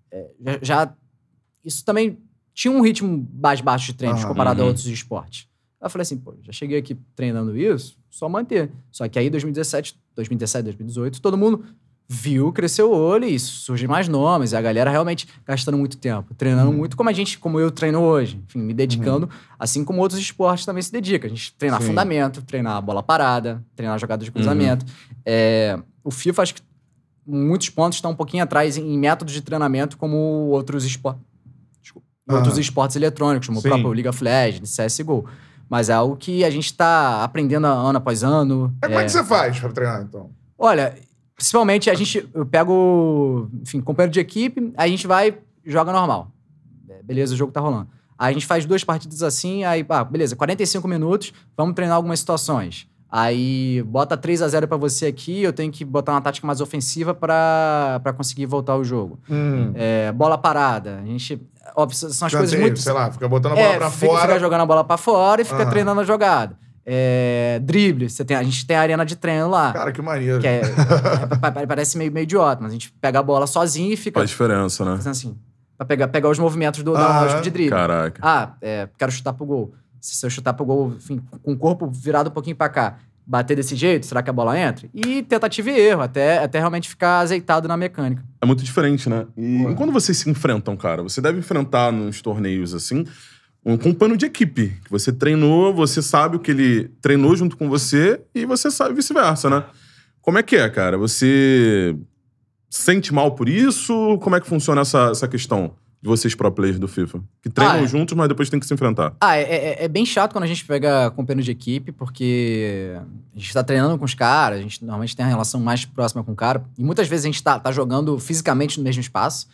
isso também tinha um ritmo mais baixo de treinos comparado a outros esportes. Aí eu falei assim, pô, já cheguei aqui treinando isso, só manter. Só que aí 2017, 2018, todo mundo viu, cresceu o olho e surgem mais nomes. E a galera realmente gastando muito tempo, treinando muito como eu treino hoje. Enfim, me dedicando, assim como outros esportes também se dedicam. A gente treinar fundamento, treinar bola parada, treinar jogada de cruzamento. O FIFA, acho que muitos pontos estão um pouquinho atrás em métodos de treinamento como outros esportes. Outros esportes eletrônicos, como o próprio League of Legends, CSGO. Mas é algo que a gente está aprendendo ano após ano. Como é que você faz para treinar, então? Olha, principalmente eu pego, enfim, companheiro de equipe, aí a gente vai e joga normal. Beleza, o jogo tá rolando. Aí a gente faz 2 partidas assim, aí, beleza, 45 minutos, vamos treinar algumas situações. Aí bota 3-0 pra você aqui, eu tenho que botar uma tática mais ofensiva pra conseguir voltar ao jogo. Bola parada, a gente... Óbvio, são as coisas muito... Sei lá, fica botando a bola pra fora. Fica jogando a bola pra fora e fica treinando a jogada. Drible, a gente tem a arena de treino lá. Cara, que maneiro. Que parece meio idiota, mas a a gente pega a bola sozinho e fica... Faz diferença, né? Fazendo assim, pra pegar os movimentos do analógico de drible. Caraca. Quero chutar pro gol. Se eu chutar pro gol, enfim, com o corpo virado um pouquinho pra cá, bater desse jeito, será que a bola entra? E tentativa e erro, até realmente ficar azeitado na mecânica. É muito diferente, né? E quando vocês se enfrentam, cara, você deve enfrentar nos torneios assim, um companheiro de equipe. Que você treinou, você sabe o que ele treinou junto com você e você sabe vice-versa, né? Como é que é, cara? Você sente mal por isso? Como é que funciona essa questão de vocês pro players do FIFA? Que treinam juntos, mas depois tem que se enfrentar. É bem chato quando a gente pega companheiro de equipe, porque a gente tá treinando com os caras, a gente normalmente tem uma relação mais próxima com o cara, e muitas vezes a gente tá jogando fisicamente no mesmo espaço.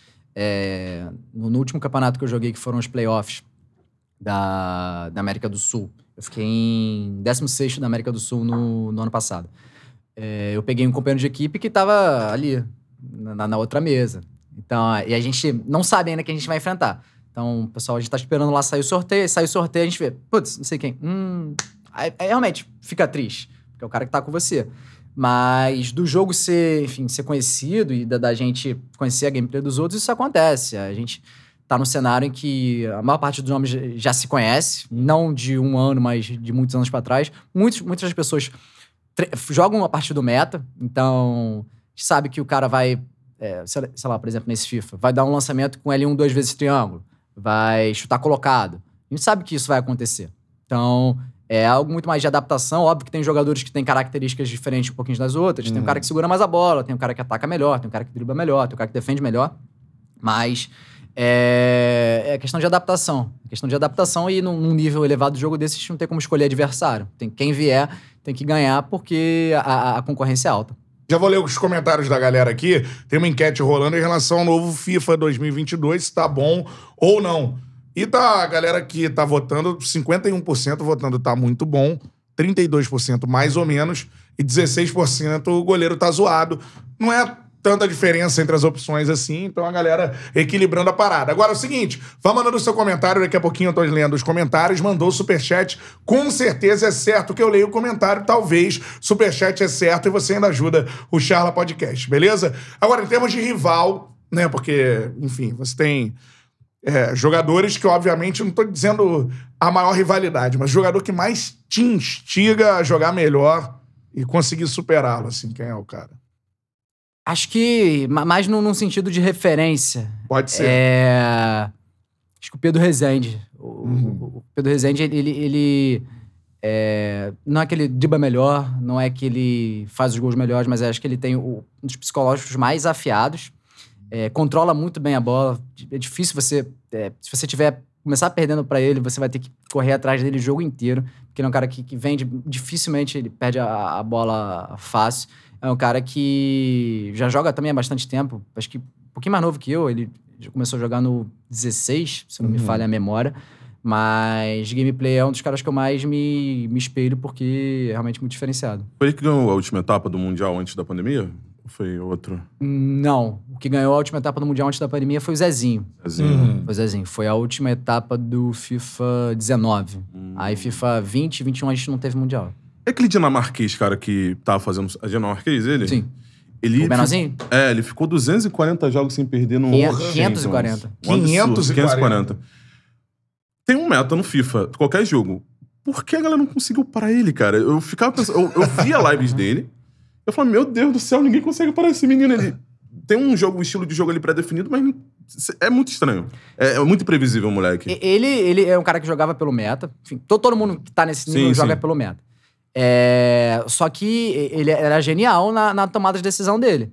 No último campeonato que eu joguei, que foram os playoffs da América do Sul, eu fiquei em 16º da América do Sul no ano passado. Eu peguei um companheiro de equipe que tava ali, na outra mesa. Então, e a gente não sabe ainda quem a gente vai enfrentar. Então, pessoal, a gente tá esperando lá sair o sorteio. Sai o sorteio, a gente vê, putz, não sei quem. Aí realmente fica triste. porque é o cara que tá com você. Mas do jogo ser conhecido e da gente conhecer a gameplay dos outros, isso acontece. A gente tá num cenário em que a maior parte dos nomes já se conhece, não de um ano, mas de muitos anos pra trás. Muitas das pessoas jogam a partir do meta, então a gente sabe que o cara vai, sei lá, por exemplo, nesse FIFA, vai dar um lançamento com L1 2 vezes triângulo, vai chutar colocado. A gente sabe que isso vai acontecer. Então, é algo muito mais de adaptação. Óbvio que tem jogadores que têm características diferentes um pouquinho das outras. Tem um cara que segura mais a bola, tem um cara que ataca melhor, tem um cara que dribla melhor, tem um cara que defende melhor. Mas é questão de adaptação. Questão de adaptação e num nível elevado de jogo desses não tem como escolher adversário. Quem vier tem que ganhar porque a concorrência é alta. Já vou ler os comentários da galera aqui. Tem uma enquete rolando em relação ao novo FIFA 2022, se tá bom ou não. E a galera que tá votando, 51% votando tá muito bom, 32% mais ou menos, e 16% o goleiro tá zoado. Não é tanta diferença entre as opções assim, então a galera equilibrando a parada. Agora é o seguinte, vá mandando o seu comentário, daqui a pouquinho eu tô lendo os comentários, mandou o superchat, com certeza é certo que eu leio o comentário, talvez superchat é certo e você ainda ajuda o Charla Podcast, beleza? Agora, em termos de rival, né, porque, enfim, você tem jogadores que, obviamente, não tô dizendo a maior rivalidade, mas jogador que mais te instiga a jogar melhor e conseguir superá-lo, assim, quem é o cara? Acho que mais num sentido de referência. Pode ser. Acho que o Pedro Rezende. O Pedro Rezende, ele não é que ele dribla melhor, não é que ele faz os gols melhores, mas acho que ele tem um dos psicológicos mais afiados. Controla muito bem a bola. É difícil você... se você começar perdendo pra ele, você vai ter que correr atrás dele o jogo inteiro, porque ele é um cara que vende... Dificilmente ele perde a bola fácil. É um cara que já joga também há bastante tempo. Acho que um pouquinho mais novo que eu. Ele já começou a jogar no 16, se não me falha a memória. Mas gameplay é um dos caras que eu mais me espelho, porque é realmente muito diferenciado. Foi ele que ganhou a última etapa do Mundial antes da pandemia? Ou foi outro? Não. O que ganhou a última etapa do Mundial antes da pandemia foi o Zezinho. Foi o Zezinho. Foi a última etapa do FIFA 19. Aí FIFA 20 e 21 a gente não teve Mundial. É aquele dinamarquês, cara, que tava fazendo... A dinamarquês, ele? Sim. Ele o menorzinho? Ele ficou 240 jogos sem perder no... 540. 540. Tem um meta no FIFA, qualquer jogo. Por que a galera não conseguiu parar ele, cara? Eu ficava pensando... Eu via lives dele, eu falava, meu Deus do céu, ninguém consegue parar esse menino. Ele tem um estilo de jogo ali pré-definido, mas é muito estranho. É muito imprevisível, moleque. Ele é um cara que jogava pelo meta. Enfim, todo mundo que tá nesse nível joga pelo meta. Só que ele era genial na tomada de decisão dele.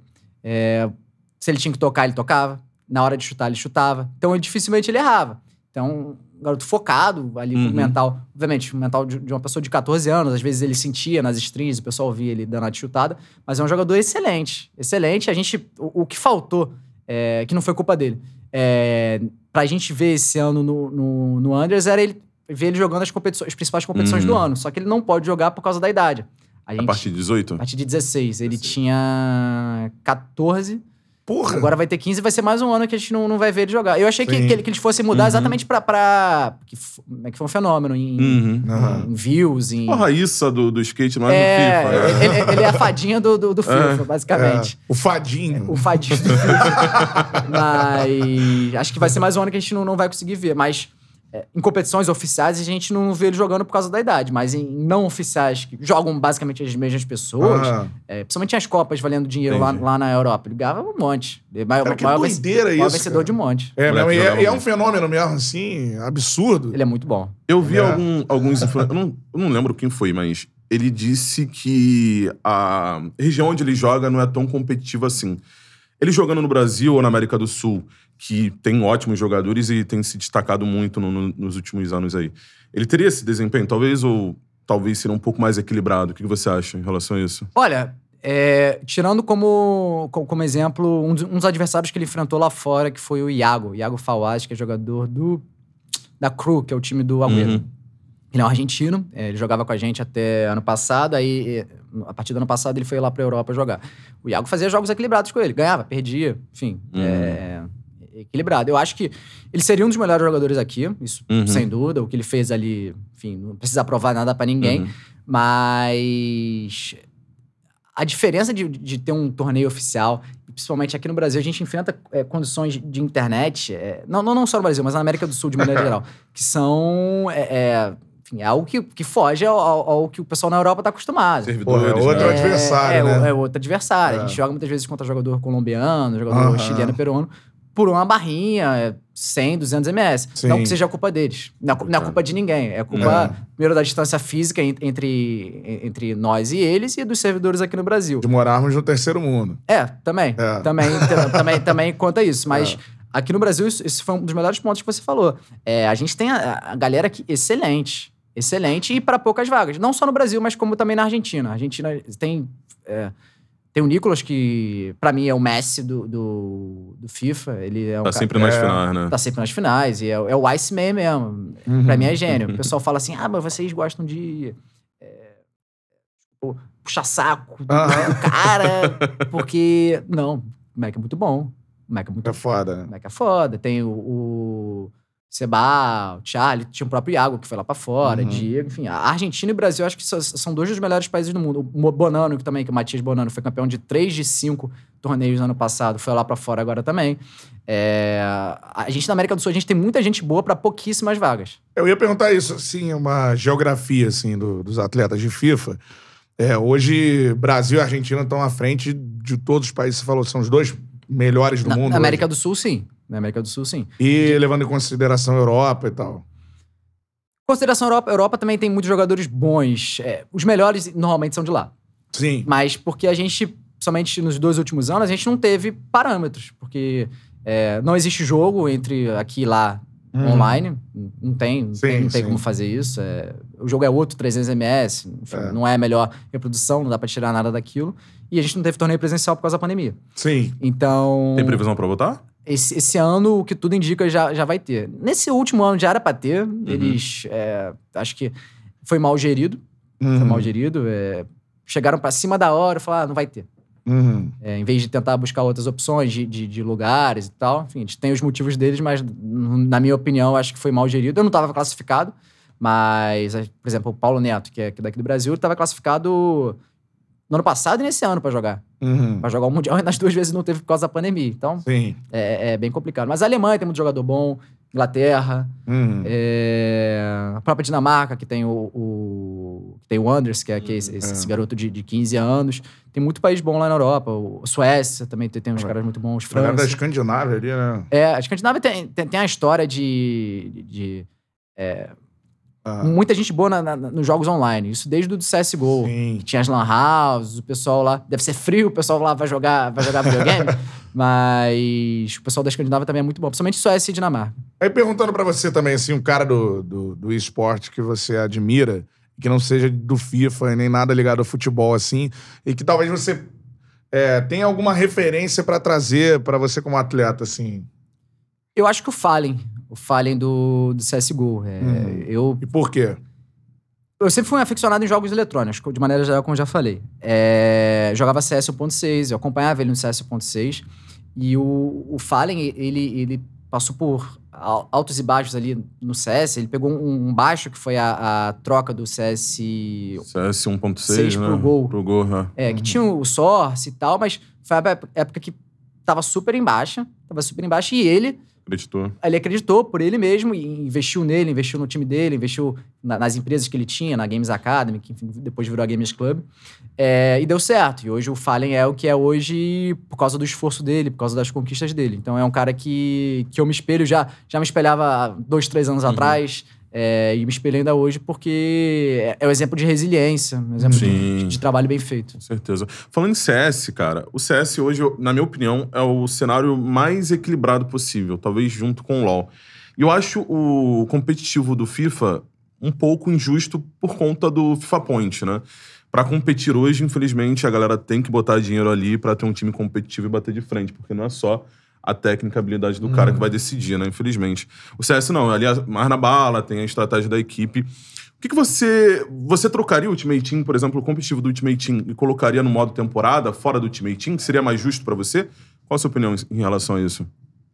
Se ele tinha que tocar, ele tocava. Na hora de chutar, ele chutava. Então, dificilmente ele errava. Então, um garoto focado ali com o mental. Obviamente, o mental de uma pessoa de 14 anos. Às vezes ele sentia nas streams, o pessoal via ele dando a de chutada. Mas é um jogador excelente. Excelente. O que faltou, que não foi culpa dele, pra gente ver esse ano no Unders, era ele ver ele jogando as principais competições do ano. Só que ele não pode jogar por causa da idade. A partir de 18? A partir de 16. Ele tinha 14. Porra! Agora vai ter 15 e vai ser mais um ano que a gente não vai ver ele jogar. Eu achei que eles fossem mudar exatamente pra que foi um fenômeno em views, em... Porra, isso do skate não é do FIFA. Ele é a fadinha do FIFA, basicamente. O fadinho. O fadinho do FIFA. Mas acho que vai ser mais um ano que a gente não vai conseguir ver. Mas em competições oficiais a gente não vê ele jogando por causa da idade. Mas em não oficiais, que jogam basicamente as mesmas pessoas, principalmente as Copas valendo dinheiro lá na Europa, ele ganhava um monte. Cara, que doideira isso, maior vencedor de um monte. É um fenômeno mesmo, assim, absurdo. Ele é muito bom. Eu vi alguns influencers, eu não lembro quem foi, mas ele disse que a região onde ele joga não é tão competitiva assim. Ele jogando no Brasil ou na América do Sul, que tem ótimos jogadores e tem se destacado muito nos últimos anos aí. Ele teria esse desempenho, talvez, ou talvez seria um pouco mais equilibrado? O que você acha em relação a isso? Olha, tirando como exemplo um dos adversários que ele enfrentou lá fora, que foi o Iago Fawaz, que é jogador da Cru, que é o time do Agüero. Ele é um argentino, ele jogava com a gente até ano passado, aí a partir do ano passado ele foi lá pra Europa jogar. O Iago fazia jogos equilibrados com ele, ganhava, perdia, enfim. equilibrado. Eu acho que ele seria um dos melhores jogadores aqui, isso sem dúvida. O que ele fez ali, enfim, não precisa provar nada pra ninguém. Mas a diferença de ter um torneio oficial, principalmente aqui no Brasil, a gente enfrenta condições de internet, não só no Brasil, mas na América do Sul de maneira geral, que são... enfim, é algo que foge ao que o pessoal na Europa tá acostumado. Servidores, é outro adversário, né? É outro adversário. A gente joga muitas vezes contra jogador colombiano, jogador chileno, peruano, por uma barrinha, 100, 200 ms. Sim. Não que seja a culpa deles. Não é culpa de ninguém. É culpa, primeiro, da distância física entre nós e eles e dos servidores aqui no Brasil. De morarmos no terceiro mundo. Também conta isso. Mas aqui no Brasil, isso foi um dos melhores pontos que você falou. A gente tem a galera aqui excelente e para poucas vagas. Não só no Brasil, mas como também na Argentina. A Argentina tem o Nicolas, que pra mim é o Messi do FIFA. Ele é um tá sempre nas finais, né? Tá sempre nas finais. E é o Iceman mesmo. Pra mim é gênio. O pessoal fala assim, mas vocês gostam de puxar saco do cara. Porque... Não, o Mac é muito bom. O Mac é muito foda, né? O Mac é foda. Tem o Seba, o Charlie, tinha o próprio Iago, que foi lá pra fora, Diego, enfim. A Argentina e o Brasil, acho que são dois dos melhores países do mundo. O Bonano, que o Matias Bonano, foi campeão de 3 de 5 torneios no ano passado, foi lá pra fora agora também. A gente, na América do Sul, a gente tem muita gente boa pra pouquíssimas vagas. Eu ia perguntar isso, assim, uma geografia, assim, dos atletas de FIFA. Hoje, Brasil e Argentina estão à frente de todos os países, você falou, são os dois melhores do mundo. Na América hoje. do Sul, sim. Na América do Sul, sim. E levando em consideração a Europa e tal. Consideração Europa, Europa também tem muitos jogadores bons. Os melhores normalmente são de lá. Sim. Mas porque a gente, somente nos 2 últimos anos, a gente não teve parâmetros. Porque não existe jogo entre aqui e lá online. Não tem como fazer isso. O jogo é outro, 300 ms. Enfim, não é a melhor reprodução, não dá pra tirar nada daquilo. E a gente não teve torneio presencial por causa da pandemia. Sim. Então... Tem previsão pra voltar? Esse ano, o que tudo indica, já vai ter. Nesse último ano já era pra ter. Eles, acho que foi mal gerido. Foi mal gerido. Chegaram pra cima da hora e falaram, não vai ter. Em vez de tentar buscar outras opções de lugares e tal. Enfim, a gente tem os motivos deles, mas na minha opinião, acho que foi mal gerido. Eu não tava classificado, mas, por exemplo, o Paulo Neto, que é daqui do Brasil, ele tava classificado no ano passado e nesse ano pra jogar. Pra jogar o Mundial, e nas 2 vezes não teve por causa da pandemia. Então, é bem complicado. Mas a Alemanha tem muito jogador bom, Inglaterra, a própria Dinamarca, que tem o Anders, que é esse garoto de 15 anos. Tem muito país bom lá na Europa. A Suécia também tem uns caras muito bons. França. Da Escandinávia ali, né? A Escandinávia tem a história muita gente boa nos jogos online. Isso desde o CSGO. Que tinha as lan houses, o pessoal lá... Deve ser frio, o pessoal lá vai jogar videogame. Mas o pessoal da Escandinávia também é muito bom. Principalmente Suécia e Dinamarca. Aí perguntando pra você também, assim, um cara do esporte que você admira, que não seja do FIFA e nem nada ligado ao futebol, assim, e que talvez você tenha alguma referência pra trazer pra você como atleta, assim. Eu acho que o Fallen do CSGO. E por quê? Eu sempre fui um aficionado em jogos eletrônicos, de maneira geral, como eu já falei. Jogava CS 1.6, eu acompanhava ele no CS 1.6. E o Fallen, ele passou por altos e baixos ali no CS. Ele pegou um baixo, que foi a troca do CS 1.6, né? pro Gol. Pro Gol, que tinha o Source e tal, mas foi a época que tava super em baixa. E ele acreditou por ele mesmo e investiu nele, investiu no time dele, investiu nas empresas que ele tinha, na Games Academy, que enfim, depois virou a Games Club. E deu certo. E hoje o Fallen é o que é hoje por causa do esforço dele, por causa das conquistas dele. Então é um cara que eu me espelho, já me espelhava 2, 3 anos atrás, e me espelho ainda hoje porque é um exemplo de resiliência, um exemplo de trabalho bem feito. Com certeza. Falando em CS, cara, o CS hoje, na minha opinião, é o cenário mais equilibrado possível, talvez junto com o LoL. E eu acho o competitivo do FIFA um pouco injusto por conta do FIFA Point, né? Pra competir hoje, infelizmente, a galera tem que botar dinheiro ali pra ter um time competitivo e bater de frente, porque não é só a técnica, a habilidade do cara que vai decidir, né? Infelizmente. O CS não, ali é mais na bala, tem a estratégia da equipe. O que você trocaria o Ultimate Team, por exemplo, o competitivo do Ultimate Team e colocaria no modo temporada, fora do Ultimate Team? Seria mais justo pra você? Qual a sua opinião em relação a isso?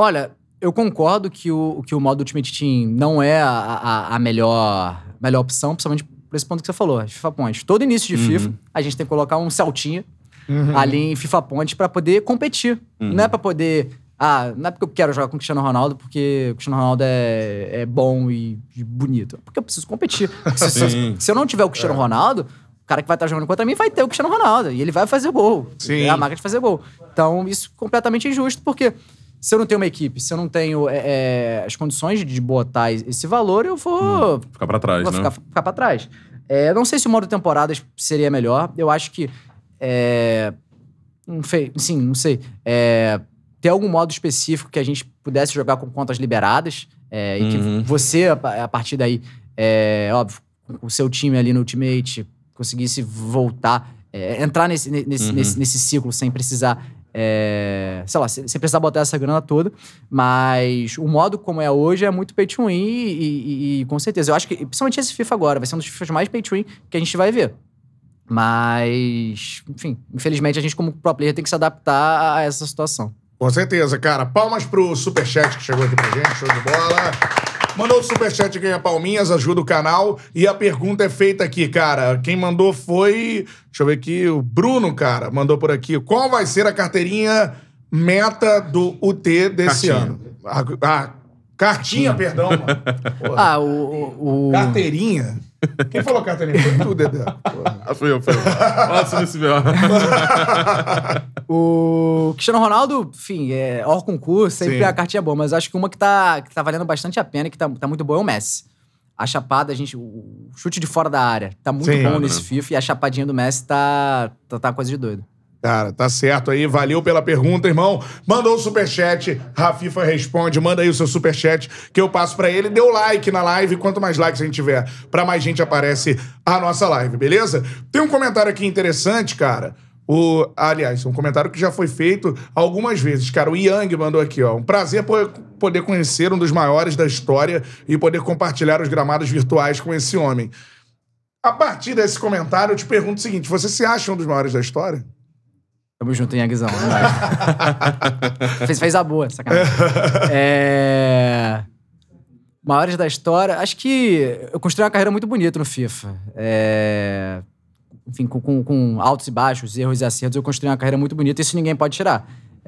Olha, eu concordo que o modo Ultimate Team não é a melhor opção, principalmente por esse ponto que você falou, as FIFA Points. Todo início de FIFA, a gente tem que colocar um Celtinha ali em FIFA Points pra poder competir. Não é pra poder... não é porque eu quero jogar com o Cristiano Ronaldo, porque o Cristiano Ronaldo é bom e bonito. É porque eu preciso competir. Se eu não tiver o Cristiano Ronaldo, o cara que vai estar jogando contra mim vai ter o Cristiano Ronaldo. E ele vai fazer gol. Sim. É a marca de fazer gol. Então, isso é completamente injusto, porque se eu não tenho uma equipe, se eu não tenho as condições de botar esse valor, eu vou... Ficar pra trás, vou né? ficar pra trás. Não sei se o modo temporada seria melhor. Eu acho que... não sei. Ter algum modo específico que a gente pudesse jogar com contas liberadas e que você, a partir daí, óbvio, com o seu time ali no Ultimate, conseguisse voltar, entrar nesse ciclo sem precisar, sem precisar botar essa grana toda. Mas o modo como é hoje é muito pay to win e com certeza. Eu acho que, principalmente esse FIFA agora, vai ser um dos FIFAs mais pay to win que a gente vai ver. Mas, enfim, infelizmente a gente como pro player tem que se adaptar a essa situação. Com certeza, cara. Palmas pro Superchat que chegou aqui pra gente. Show de bola. Mandou o Superchat, ganha palminhas, ajuda o canal. E a pergunta é feita aqui, cara. Quem mandou foi... Deixa eu ver aqui. O Bruno, cara, mandou por aqui. Qual vai ser a carteirinha meta do UT desse ano? Cartinha, perdão, mano. Carteirinha? Quem falou carteirinha? Foi tu, Dedé. Fui eu. Nossa, nesse meu. O Cristiano Ronaldo, enfim, hors concurso, sempre Sim. a cartinha é boa, mas acho que uma que tá valendo bastante a pena e que tá muito boa é o Messi. A chapada, o chute de fora da área tá muito Sim. bom nesse FIFA e a chapadinha do Messi tá coisa de doido. Cara, tá certo aí. Valeu pela pergunta, irmão. Mandou o superchat. Rafifa responde. Manda aí o seu superchat que eu passo pra ele. Deu like na live. Quanto mais likes a gente tiver, pra mais gente aparece a nossa live, beleza? Tem um comentário aqui interessante, cara. Aliás, um comentário que já foi feito algumas vezes. Cara, o Yang mandou aqui, ó. Um prazer poder conhecer um dos maiores da história e poder compartilhar os gramados virtuais com esse homem. A partir desse comentário, eu te pergunto o seguinte. Você se acha um dos maiores da história? Tamo junto, Yangzão. Fez a boa, sacanagem. Maiores da história. Acho que eu construí uma carreira muito bonita no FIFA. Enfim, com altos e baixos, erros e acertos, eu construí uma carreira muito bonita e isso ninguém pode tirar.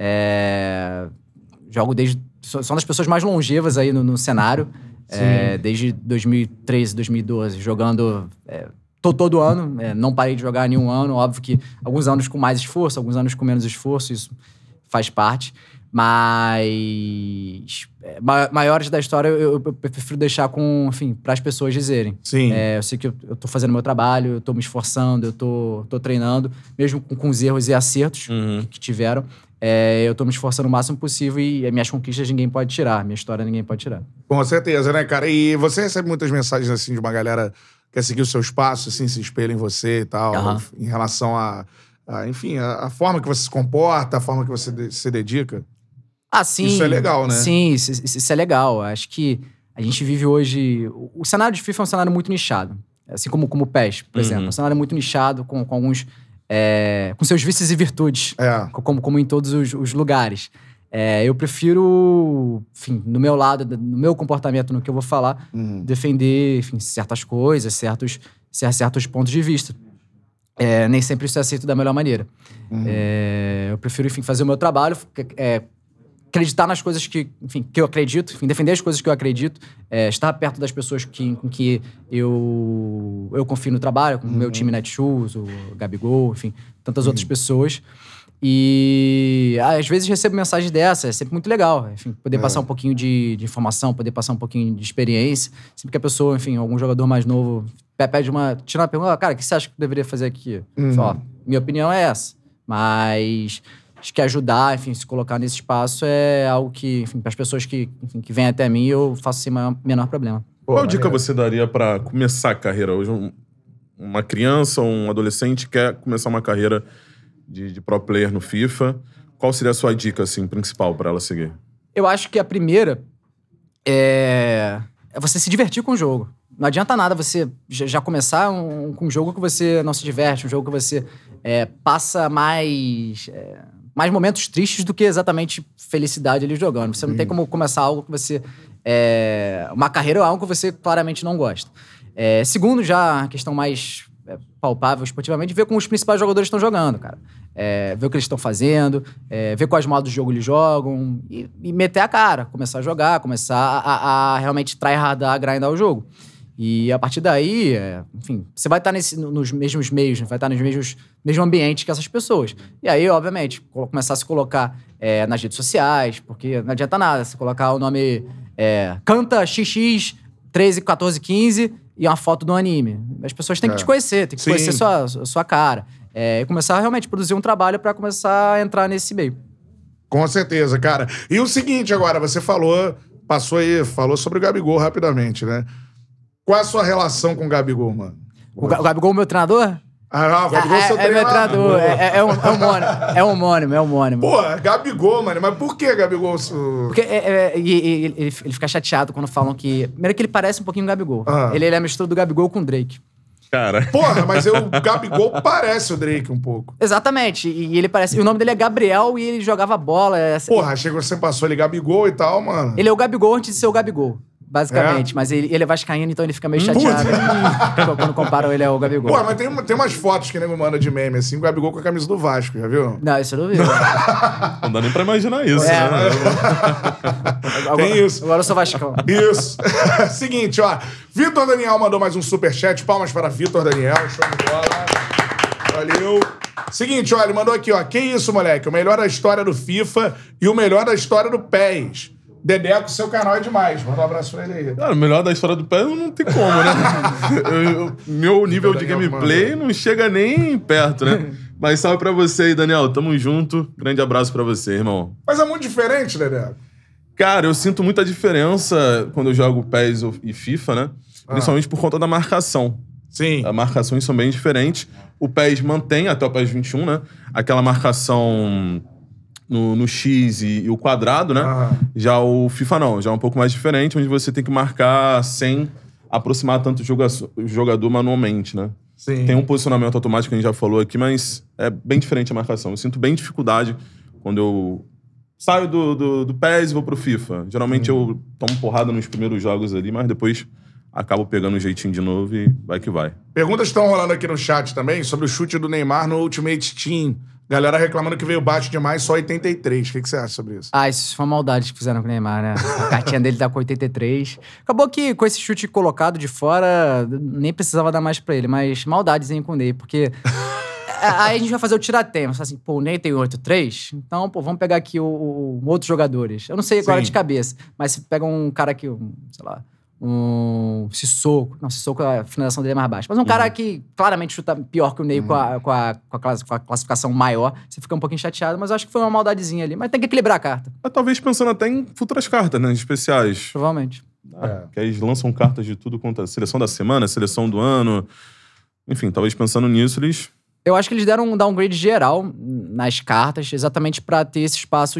Jogo desde... Sou uma das pessoas mais longevas aí no cenário. Desde 2013, 2012, jogando... todo ano, não parei de jogar nenhum ano. Óbvio que alguns anos com mais esforço, alguns anos com menos esforço, isso faz parte. Mas maiores da história eu prefiro deixar para as pessoas dizerem. Sim. Eu sei que eu tô fazendo meu trabalho, eu tô me esforçando, eu tô treinando, mesmo com os erros e acertos que tiveram. Eu tô me esforçando o máximo possível e minhas conquistas ninguém pode tirar, minha história ninguém pode tirar. Com certeza, né, cara? E você recebe muitas mensagens, assim, de uma galera que quer seguir os seus passos, assim, se espelha em você e tal, em relação enfim, a forma que você se comporta, a forma que você se dedica? Sim. Isso é legal, né? Sim, isso é legal. Acho que a gente vive hoje... O cenário de FIFA é um cenário muito nichado. Assim como o PES, por exemplo. É um cenário muito nichado, com alguns... com seus vícios e virtudes. Como em todos os lugares. Eu prefiro, enfim, no meu lado, no meu comportamento, no que eu vou falar, defender, enfim, certas coisas, certos pontos de vista. Nem sempre isso é aceito da melhor maneira. Eu prefiro, enfim, fazer o meu trabalho, acreditar nas coisas que eu acredito, enfim, defender as coisas que eu acredito, estar perto das pessoas com que eu confio no trabalho, com o meu time Netshoes, o Gabigol, enfim, tantas outras pessoas. E às vezes recebo mensagens dessa, é sempre muito legal. Enfim, poder passar um pouquinho de informação, poder passar um pouquinho de experiência. Sempre que a pessoa, enfim, algum jogador mais novo tira uma pergunta, cara, o que você acha que eu deveria fazer aqui? Só, minha opinião é essa. Mas acho que ajudar, enfim, se colocar nesse espaço é algo que, enfim, para as pessoas que vêm até mim, eu faço sem menor problema. Qual dica você daria pra começar a carreira hoje? Uma criança ou um adolescente quer começar uma carreira de pro player no FIFA. Qual seria a sua dica, assim, principal pra ela seguir? Eu acho que a primeira é você se divertir com o jogo. Não adianta nada você já começar com um jogo que você não se diverte, um jogo que você passa mais mais momentos tristes do que exatamente felicidade ali jogando. Você não tem como começar algo que você... uma carreira ou algo que você claramente não gosta. Segundo, já a questão mais palpável esportivamente, ver como os principais jogadores estão jogando, cara. Ver o que eles estão fazendo, ver quais modos de jogo eles jogam e meter a cara, começar a jogar, começar a realmente tryhardar, grindar o jogo. E a partir daí, enfim, você vai estar nos mesmos meios, vai estar nos mesmo ambiente que essas pessoas. E aí, obviamente, começar a se colocar nas redes sociais, porque não adianta nada você colocar o nome Canta XX 13, 14, 15 e uma foto do anime. As pessoas têm que te conhecer, tem que conhecer sua cara. E começar a realmente produzir um trabalho pra começar a entrar nesse meio. Com certeza, cara. E o seguinte agora, você falou sobre o Gabigol rapidamente, né? Qual é a sua relação com o Gabigol, mano? O Gabigol, meu treinador? O Gabigol é seu treinador. É homônimo. Pô, Gabigol, mano. Mas por que Gabigol? Porque ele fica chateado quando falam que... Primeiro que ele parece um pouquinho o Gabigol. Ele é a mistura do Gabigol com o Drake. Cara. Porra, mas o Gabigol parece o Drake um pouco. Exatamente. E ele parece... E o nome dele é Gabriel e ele jogava bola. Porra, achei que você passou ele Gabigol e tal, mano. Ele é o Gabigol antes de ser o Gabigol. Basicamente, mas ele é vascaíno, então ele fica meio chateado quando comparam ele ao Gabigol. Pô, mas tem umas fotos que nego manda de meme, assim, o Gabigol com a camisa do Vasco, já viu? Não, isso eu não vi. Não dá nem pra imaginar isso, né? Tem isso. Agora eu sou vascão. Isso. Seguinte, ó. Vitor Daniel mandou mais um superchat. Palmas para Vitor Daniel. Show de bola. Valeu. Seguinte, ó, ele mandou aqui, ó. Que isso, moleque? O melhor da história do FIFA e o melhor da história do PES. Dedeco, seu canal é demais. Manda um abraço pra ele aí. Cara, o melhor da história do PES não tem como, né? Meu nível de gameplay não chega nem perto, né? Mas salve pra você aí, Daniel. Tamo junto. Grande abraço pra você, irmão. Mas é muito diferente, Dedeco. Cara, eu sinto muita diferença quando eu jogo PES e FIFA, né? Principalmente por conta da marcação. Sim. As marcações são bem diferentes. O PES mantém, até o PES 21, né? Aquela marcação... No X e o quadrado, né? Já o FIFA não, já é um pouco mais diferente, onde você tem que marcar sem aproximar tanto o jogador manualmente, né? Sim. Tem um posicionamento automático que a gente já falou aqui, mas é bem diferente a marcação. Eu sinto bem dificuldade quando eu saio do PES e vou pro FIFA. Geralmente eu tomo porrada nos primeiros jogos ali, mas depois acabo pegando um jeitinho de novo e vai que vai. Perguntas estão rolando aqui no chat também sobre o chute do Neymar no Ultimate Team. Galera reclamando que veio baixo demais, só 83. O que você acha sobre isso? Isso foi uma maldade que fizeram com o Neymar, né? A cartinha dele tá com 83. Acabou que com esse chute colocado de fora, nem precisava dar mais pra ele, mas maldadezinho com o Ney, porque... Aí a gente vai fazer o tiratema. Assim, pô, o Ney tem 8-3, então, pô, vamos pegar aqui outros jogadores. Eu não sei agora de cabeça, mas se pega um cara aqui, sei lá... Sissoko. Não, Sissoko, a finalização dele é mais baixa. Mas um cara que claramente chuta pior que o Ney com a classificação maior. Você fica um pouquinho chateado, mas eu acho que foi uma maldadezinha ali. Mas tem que equilibrar a carta. Mas talvez pensando até em futuras cartas, né? Especiais. Provavelmente. Que eles lançam cartas de tudo quanto a seleção da semana, seleção do ano. Enfim, talvez pensando nisso, eles... Eu acho que eles deram um downgrade geral nas cartas, exatamente pra ter esse espaço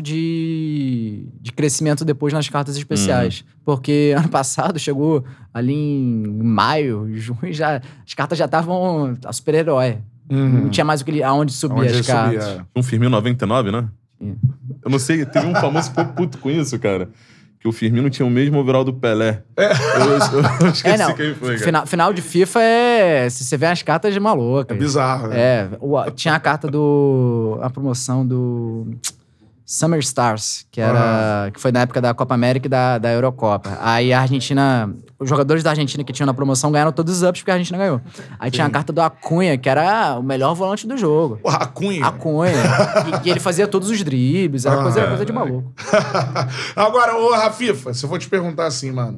de crescimento depois nas cartas especiais. Porque ano passado chegou ali em maio, junho, as cartas já estavam a super-herói. Não tinha mais aonde subir as cartas. Um Firmino 99, né? Eu não sei, teve um famoso que ficou puto com isso, cara. Que o Firmino tinha o mesmo overall do Pelé. Eu esqueci quem foi, cara. Final de FIFA se você vê as cartas de maluco. É bizarro, né? Tinha a carta a promoção do Summer Stars, que foi na época da Copa América e da Eurocopa. Aí a Argentina... Os jogadores da Argentina que tinham na promoção ganharam todos os ups porque a Argentina ganhou. Aí tinha a carta do Acunha, que era o melhor volante do jogo. Porra, Acunha? Acunha. E ele fazia todos os dribles, era coisa de maluco. Agora, ô Rafifa, se eu vou te perguntar assim, mano.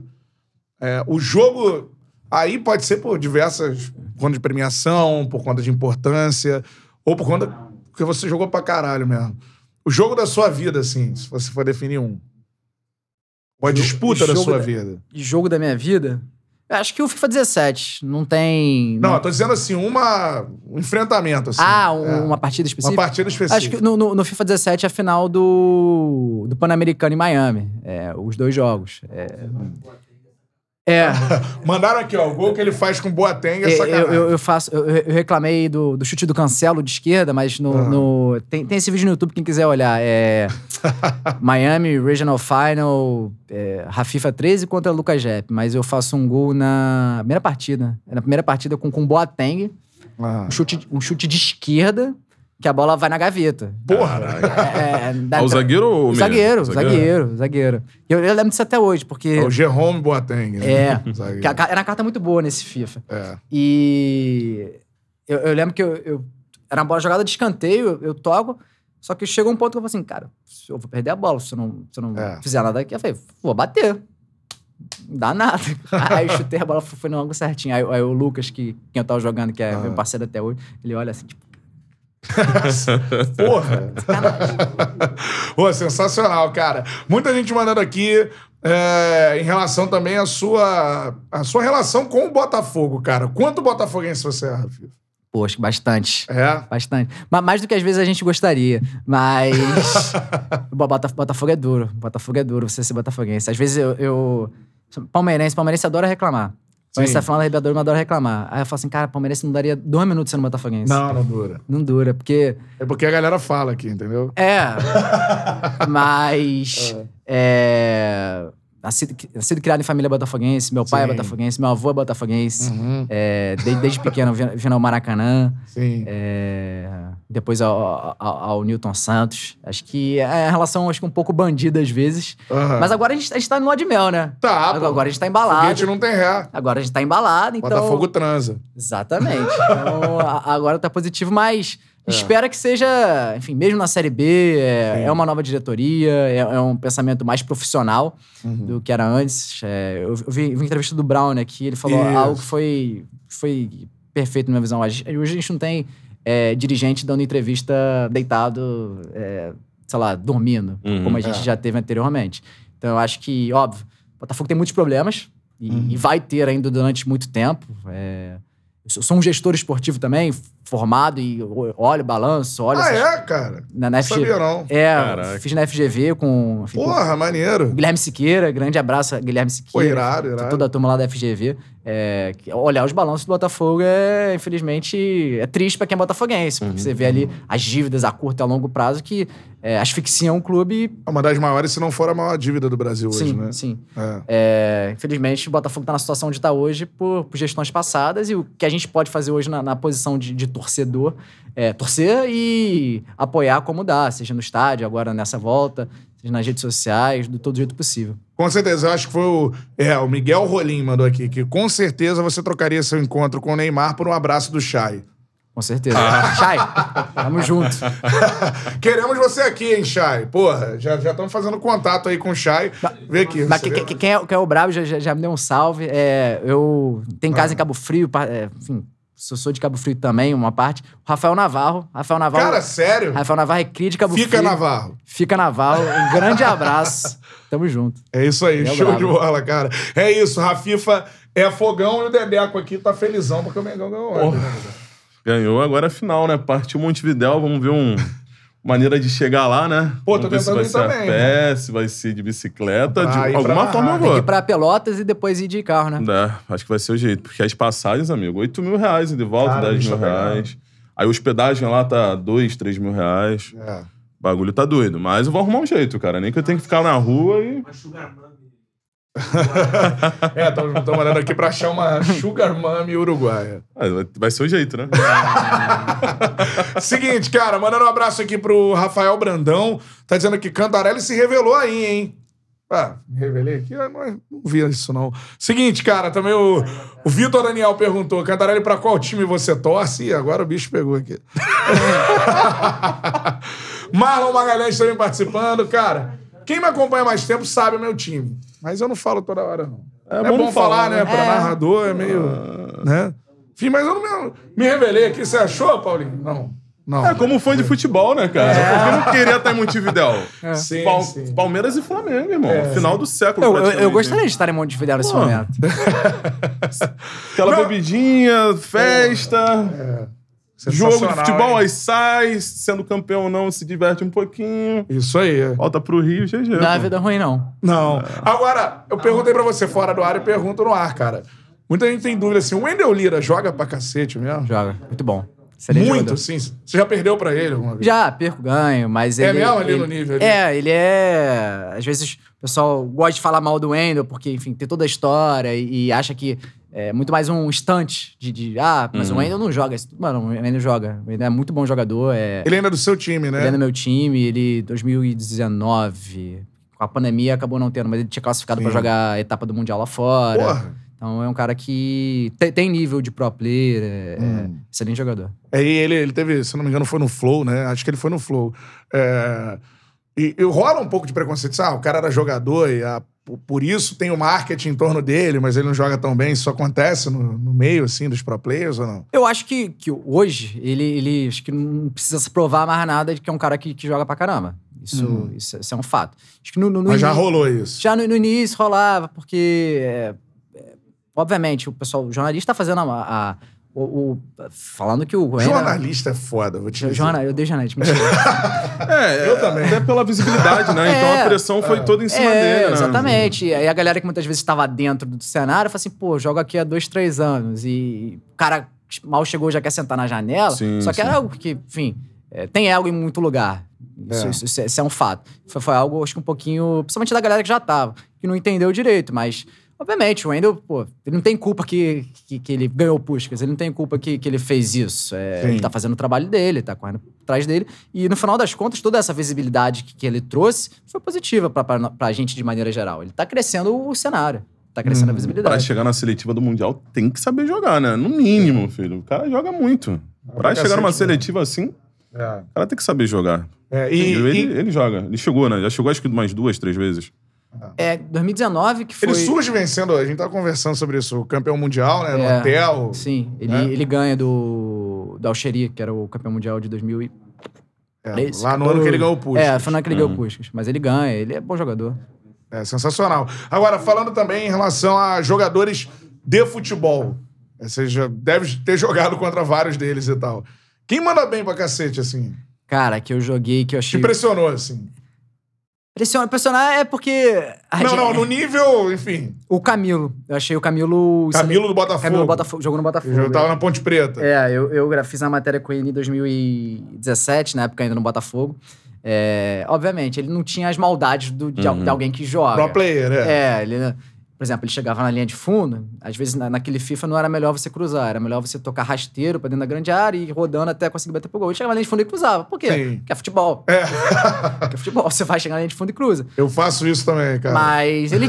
O jogo aí pode ser por diversas... Por conta de premiação, por conta de importância, ou por conta que você jogou pra caralho mesmo. O jogo da sua vida, assim, se você for definir um. Ou a disputa da sua vida. Jogo da minha vida? Eu acho que o FIFA 17. Não tem... Não, eu tô dizendo assim, um enfrentamento, assim. Uma partida específica? Uma partida específica. Acho que no FIFA 17 é a final do Pan-Americano em Miami. Os dois jogos. Mandaram aqui, ó, o gol que ele faz com o Boateng é sacanagem. Eu reclamei do chute do Cancelo de esquerda, mas tem esse vídeo no YouTube, quem quiser olhar. Miami Regional Final, Rafifa 13 contra Lucas Jepp. Mas eu faço um gol na primeira partida. Na primeira partida com o Boateng. Um chute de esquerda, que a bola vai na gaveta. Porra! O zagueiro ou o zagueiro? Zagueiro. Eu lembro disso até hoje, porque... É o Jerome Boateng. Né? Que era uma carta muito boa nesse FIFA. E eu lembro que era uma bola jogada de escanteio, eu toco, só que chegou um ponto que eu falei assim, cara, eu vou perder a bola se eu não fizer nada aqui. Eu falei, vou bater. Não dá nada. Aí eu chutei, a bola foi no ângulo certinho. Aí o Lucas, quem eu tava jogando, que é meu parceiro até hoje, ele olha assim, tipo... Porra! Pô, sensacional, cara. Muita gente mandando aqui em relação também à sua relação com o Botafogo, cara. Quanto botafoguense você é, Rafa? Poxa, bastante. É? Bastante. Mais do que às vezes a gente gostaria. Mas... Botafogo é duro. Botafogo é duro, você ser botafoguense. Às vezes eu... Palmeirense adora reclamar. Quando você tá falando da Libertadores, eu adoro reclamar. Aí eu falo assim, cara, Palmeirense não daria 2 minutos sendo botafoguense. Não dura. Não dura, porque... É porque a galera fala aqui, entendeu? Mas... Nascido criado em família botafoguense, meu pai é botafoguense, meu avô é botafoguense. Desde pequeno vindo ao Maracanã. Depois ao Newton Santos. Acho que é a relação um pouco bandida às vezes. Mas agora a gente tá no lua de mel, né? Agora a gente tá embalado. A gente não tem ré. Agora a gente tá embalado, então... Botafogo transa. Exatamente. Então agora tá positivo, mas... Espera que seja, enfim, mesmo na Série B, é uma nova diretoria, é um pensamento mais profissional do que era antes. Eu vi uma entrevista do Brown aqui, ele falou algo que foi perfeito na minha visão. Hoje a gente não tem dirigente dando entrevista deitado, sei lá, dormindo, como a gente já teve anteriormente. Então eu acho que, óbvio, o Botafogo tem muitos problemas e vai ter ainda durante muito tempo. Eu sou um gestor esportivo também, formado, e olho, balanço, olho... cara? Não sabia, não. Fiz na FGV com... Porra, maneiro. Guilherme Siqueira, grande abraço a Guilherme Siqueira. Pô, irado. Toda a turma lá da FGV. Olhar os balanços do Botafogo infelizmente, é triste pra quem é botafoguense, porque você vê ali as dívidas a curto e a longo prazo que asfixiam o clube. É uma das maiores, se não for a maior dívida do Brasil hoje, né? Sim. Infelizmente, o Botafogo tá na situação onde tá hoje por gestões passadas, e o que a gente pode fazer hoje na posição de torcedor torcer e apoiar como dá, seja no estádio, agora nessa volta, seja nas redes sociais, de todo jeito possível. Com certeza, eu acho que foi o Miguel Rolim mandou aqui, que com certeza você trocaria seu encontro com o Neymar por um abraço do Chay. Com certeza. Chay, tamo junto. Queremos você aqui, hein, Chay? Porra, já estamos fazendo contato aí com o Chay. Vê aqui. Mas quem é o Brabo já me deu um salve. Eu tenho casa em Cabo Frio, enfim... Sou de Cabo Frio também, uma parte. O Rafael Navarro. Cara, sério? Rafael Navarro é cria de Cabo Frio. Fica Navarro. Um grande abraço. Tamo junto. É isso aí, show de bola, cara. É isso, Rafifa é fogão e o Dedeco aqui tá felizão porque o Mengão ganhou. Ganhou, agora é final, né? Partiu Montevidéu, vamos ver maneira de chegar lá, né? Pô, tô tentando ir também. Se vai ser a pé, se vai ser de bicicleta, de alguma forma eu vou. Tem que ir pra Pelotas e depois ir de carro, né? Acho que vai ser o jeito. Porque as passagens, amigo, 8 mil reais de volta, 10 mil reais. Aí a hospedagem lá tá 2, 3 mil reais. O bagulho tá doido. Mas eu vou arrumar um jeito, cara. Nem que eu tenha que ficar na rua e... Tô mandando aqui pra achar uma Sugar Mami uruguaia. Vai ser o jeito, né? Seguinte, cara, mandando um abraço aqui pro Rafael Brandão. Tá dizendo que Cantarelli se revelou aí, hein? Me revelei aqui? Eu não vi isso, não. Seguinte, cara, também o Vitor Daniel perguntou, Cantarelli, pra qual time você torce? Ih, agora o bicho pegou aqui. Marlon Magalhães também participando. Cara, quem me acompanha mais tempo sabe o meu time. Mas eu não falo toda hora, não. É bom falar, né? Pra narrador é meio... né? Enfim, mas eu não me revelei aqui. Você achou, Paulinho? Não. Como fã de futebol, né, cara? Porque eu não queria estar em Montevidéu. Sim. Palmeiras e Flamengo, irmão. Final do século. Eu gostaria de estar em Montevidéu nesse momento. Aquela bebidinha, festa... Jogo de futebol, aí sai, sendo campeão ou não, se diverte um pouquinho. Isso aí. Volta pro Rio, GG. Não é vida ruim, não. Não. Agora, eu perguntei pra você fora do ar e pergunto no ar, cara. Muita gente tem dúvida assim, o Wendel Lira joga pra cacete mesmo? Joga. Muito bom. Excelente Muito, jogador. sim. Você já perdeu pra ele alguma vez? Já, perco, ganho, mas ele... mesmo ali no nível? Ali? Ele é... Às vezes o pessoal gosta de falar mal do Wendel, porque, enfim, tem toda a história e acha que é muito mais um instante mas o Wendel não joga. Mano, o Wendel joga. O Wendel é muito bom jogador. Ele ainda é do seu time, né? Ele é do meu time, ele 2019, com a pandemia acabou não tendo, mas ele tinha classificado pra jogar a etapa do Mundial lá fora. Porra. Então é um cara que tem nível de pro player, excelente jogador. Ele teve, se não me engano, foi no Flow, né? Acho que ele foi no Flow. E rola um pouco de preconceito. O cara era jogador e por isso tem o marketing em torno dele, mas ele não joga tão bem. Isso acontece no meio, assim, dos pro players ou não? Eu acho que hoje ele acho que não precisa se provar mais nada de que é um cara que joga pra caramba. Isso é um fato. Acho que mas já rolou isso. Já no início rolava, porque... obviamente, o jornalista tá fazendo falando que o Wendel... Jornalista é foda, vou te dizer. Eu dei jornalista, mentira. Eu também. Até pela visibilidade, né? Então a pressão foi toda em cima dele, né? Exatamente. E aí a galera que muitas vezes estava dentro do cenário fala assim, joga aqui há 2, 3 anos. E o cara mal chegou, já quer sentar na janela. Sim, só que era algo que, enfim, tem ego em muito lugar. Isso é um fato. Foi algo, acho que um pouquinho... Principalmente da galera que já tava, que não entendeu direito, mas... Obviamente, o Wendel, ele não tem culpa que ele ganhou o Puskás, ele não tem culpa que ele fez isso. Ele tá fazendo o trabalho dele, tá correndo atrás dele. E no final das contas, toda essa visibilidade que ele trouxe foi positiva pra gente de maneira geral. Ele tá crescendo o cenário, tá crescendo a visibilidade. Pra chegar na seletiva do Mundial, tem que saber jogar, né? No mínimo, filho. O cara joga muito. Pra chegar numa seletiva assim, o cara tem que saber jogar. Ele joga. Ele chegou, né? Já chegou acho que umas 2, 3 vezes. 2019 que foi... Ele surge vencendo, a gente tava conversando sobre isso, o campeão mundial, né? No hotel. Sim, ele ganha do Alxeri, que era o campeão mundial de 2003. Lá no ano que ele ganhou o Puskás. Foi no ano que ele ganhou o Puskás. Mas ele ganha, ele é bom jogador. É sensacional. Agora, falando também em relação a jogadores de futebol. Você já deve ter jogado contra vários deles e tal. Quem manda bem pra cacete, assim? Cara, que eu joguei, que eu achei... Te impressionou, assim? Impressionar é porque... no nível, enfim. O Camilo. Eu achei o Camilo... Camilo do Botafogo. Camilo do Botafogo, jogou no Botafogo. Eu tava na Ponte Preta. Eu fiz uma matéria com ele em 2017, na época ainda no Botafogo. Obviamente, ele não tinha as maldades de alguém que joga. Pro player, ele... Por exemplo, ele chegava na linha de fundo, às vezes naquele FIFA não era melhor você cruzar, era melhor você tocar rasteiro pra dentro da grande área e ir rodando até conseguir bater pro gol. Ele chegava na linha de fundo e cruzava. Por quê? Sim. Porque é futebol. Porque é futebol, você vai chegar na linha de fundo e cruza. Eu faço isso também, cara. Mas ele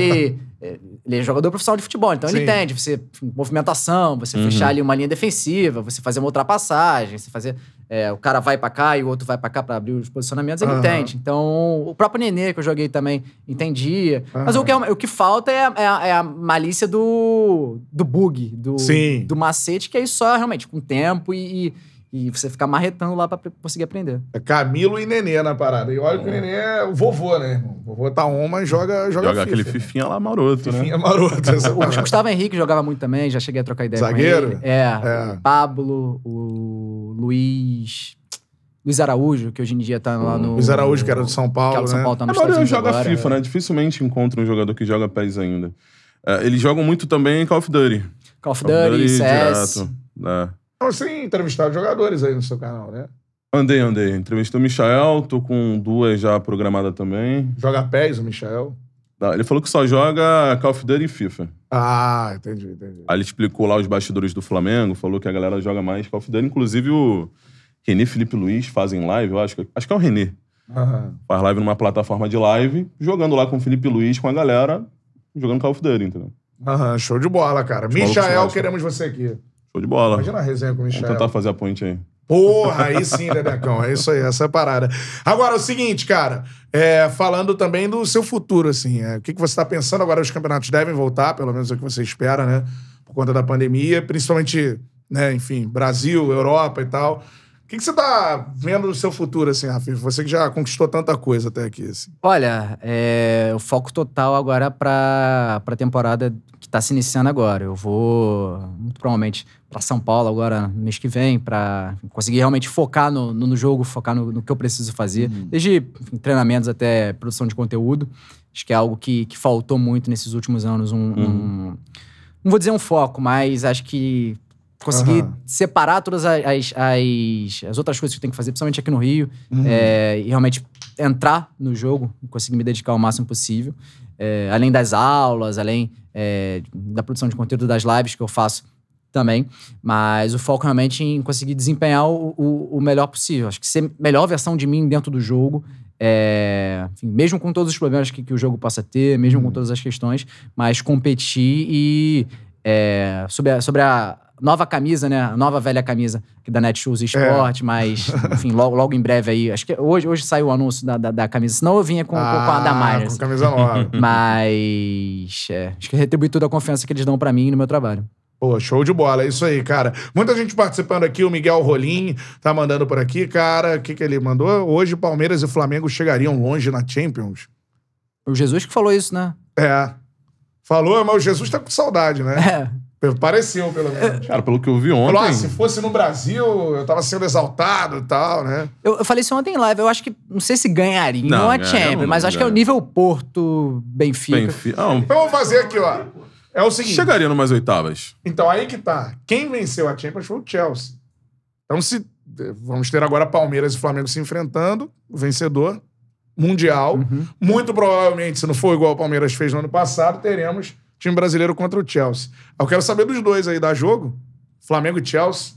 é jogador profissional de futebol, então ele entende. Você, movimentação, você fechar ali uma linha defensiva, você fazer uma ultrapassagem, você fazer... o cara vai pra cá e o outro vai pra cá pra abrir os posicionamentos, ele entende. Então, o próprio Nenê, que eu joguei também, entendia. Mas o que falta é a malícia do bug, do macete, que aí só realmente com tempo e você ficar marretando lá pra conseguir aprender. É Camilo e Nenê na parada. E olha que o Nenê é o vovô, né, irmão? O vovô tá mas joga FIFA. Aquele fifinha lá maroto, Fifinha maroto. O Gustavo Henrique jogava muito também, já cheguei a trocar ideia Zagueiro? com ele. O Pablo, o Luiz Araújo, que hoje em dia tá lá no... Luiz Araújo, que era do São Paulo, que era do São Paulo, tá no Estados Unidos joga agora. FIFA, né? Dificilmente encontra um jogador que joga PES ainda. Eles jogam muito também em Call of Duty. Call of Duty, CS. Direto. Você tem entrevistado jogadores aí no seu canal, né? Andei. Entrevistei o Michael, tô com 2 já programadas também. Joga PES, o Michael? Ele falou que só joga Call of Duty e FIFA. Entendi. Aí ele explicou lá os bastidores do Flamengo, falou que a galera joga mais Call of Duty. Inclusive o René Felipe Luiz fazem live, eu acho que é o René. Faz live numa plataforma de live, jogando lá com o Felipe Luiz, com a galera, jogando Call of Duty, entendeu? Show de bola, cara. Michael, queremos você aqui. Show de bola. Imagina a resenha com o Michael. Vamos tentar fazer a ponte aí. Porra, aí sim, Dedecão. É isso aí, essa é a parada. Agora, o seguinte, cara, falando também do seu futuro, assim, o que você tá pensando agora? Os campeonatos devem voltar, pelo menos é o que você espera, né? Por conta da pandemia, principalmente, né, enfim, Brasil, Europa e tal. O que você tá vendo no seu futuro, assim, Rafa? Você que já conquistou tanta coisa até aqui, assim. Olha, o foco total agora pra temporada que tá se iniciando agora. Eu vou, muito provavelmente, pra São Paulo agora, no mês que vem, pra conseguir realmente focar no jogo, focar no que eu preciso fazer. Desde enfim, treinamentos até produção de conteúdo. Acho que é algo que faltou muito nesses últimos anos. Não vou dizer um foco, mas acho que conseguir separar todas as outras coisas que eu tenho que fazer, principalmente aqui no Rio, e realmente entrar no jogo, conseguir me dedicar o máximo possível. Além das aulas, além da produção de conteúdo das lives que eu faço também. Mas o foco realmente em conseguir desempenhar o melhor possível. Acho que ser a melhor versão de mim dentro do jogo, enfim, mesmo com todos os problemas que o jogo possa ter, mesmo com todas as questões, mas competir e sobre a nova camisa, né? A nova velha camisa que da Netshoes Sport, mas, enfim, logo em breve aí. Acho que hoje saiu o anúncio da camisa, senão eu vinha com a da Myers. Com camisa nova. Mas acho que retribuir toda a confiança que eles dão pra mim e no meu trabalho. Pô, show de bola, é isso aí, cara. Muita gente participando aqui, o Miguel Rolim tá mandando por aqui, cara. O que ele mandou? Hoje Palmeiras e Flamengo chegariam longe na Champions. O Jesus que falou isso, né? Falou, mas o Jesus tá com saudade, né? Pareceu, pelo menos. Cara, pelo que eu vi ontem... Falou, se fosse no Brasil, eu tava sendo exaltado e tal, né? Eu falei isso ontem em live. Eu acho que, não sei se ganhariam a Champions, mas acho que é o nível Porto, Benfica. Então vamos fazer aqui, ó. É o seguinte... Chegaria numas oitavas. Então, aí que tá. Quem venceu a Champions foi o Chelsea. Então, vamos ter agora Palmeiras e Flamengo se enfrentando, o vencedor mundial. Muito provavelmente, se não for igual o Palmeiras fez no ano passado, teremos time brasileiro contra o Chelsea. Eu quero saber dos dois aí, dá jogo? Flamengo e Chelsea.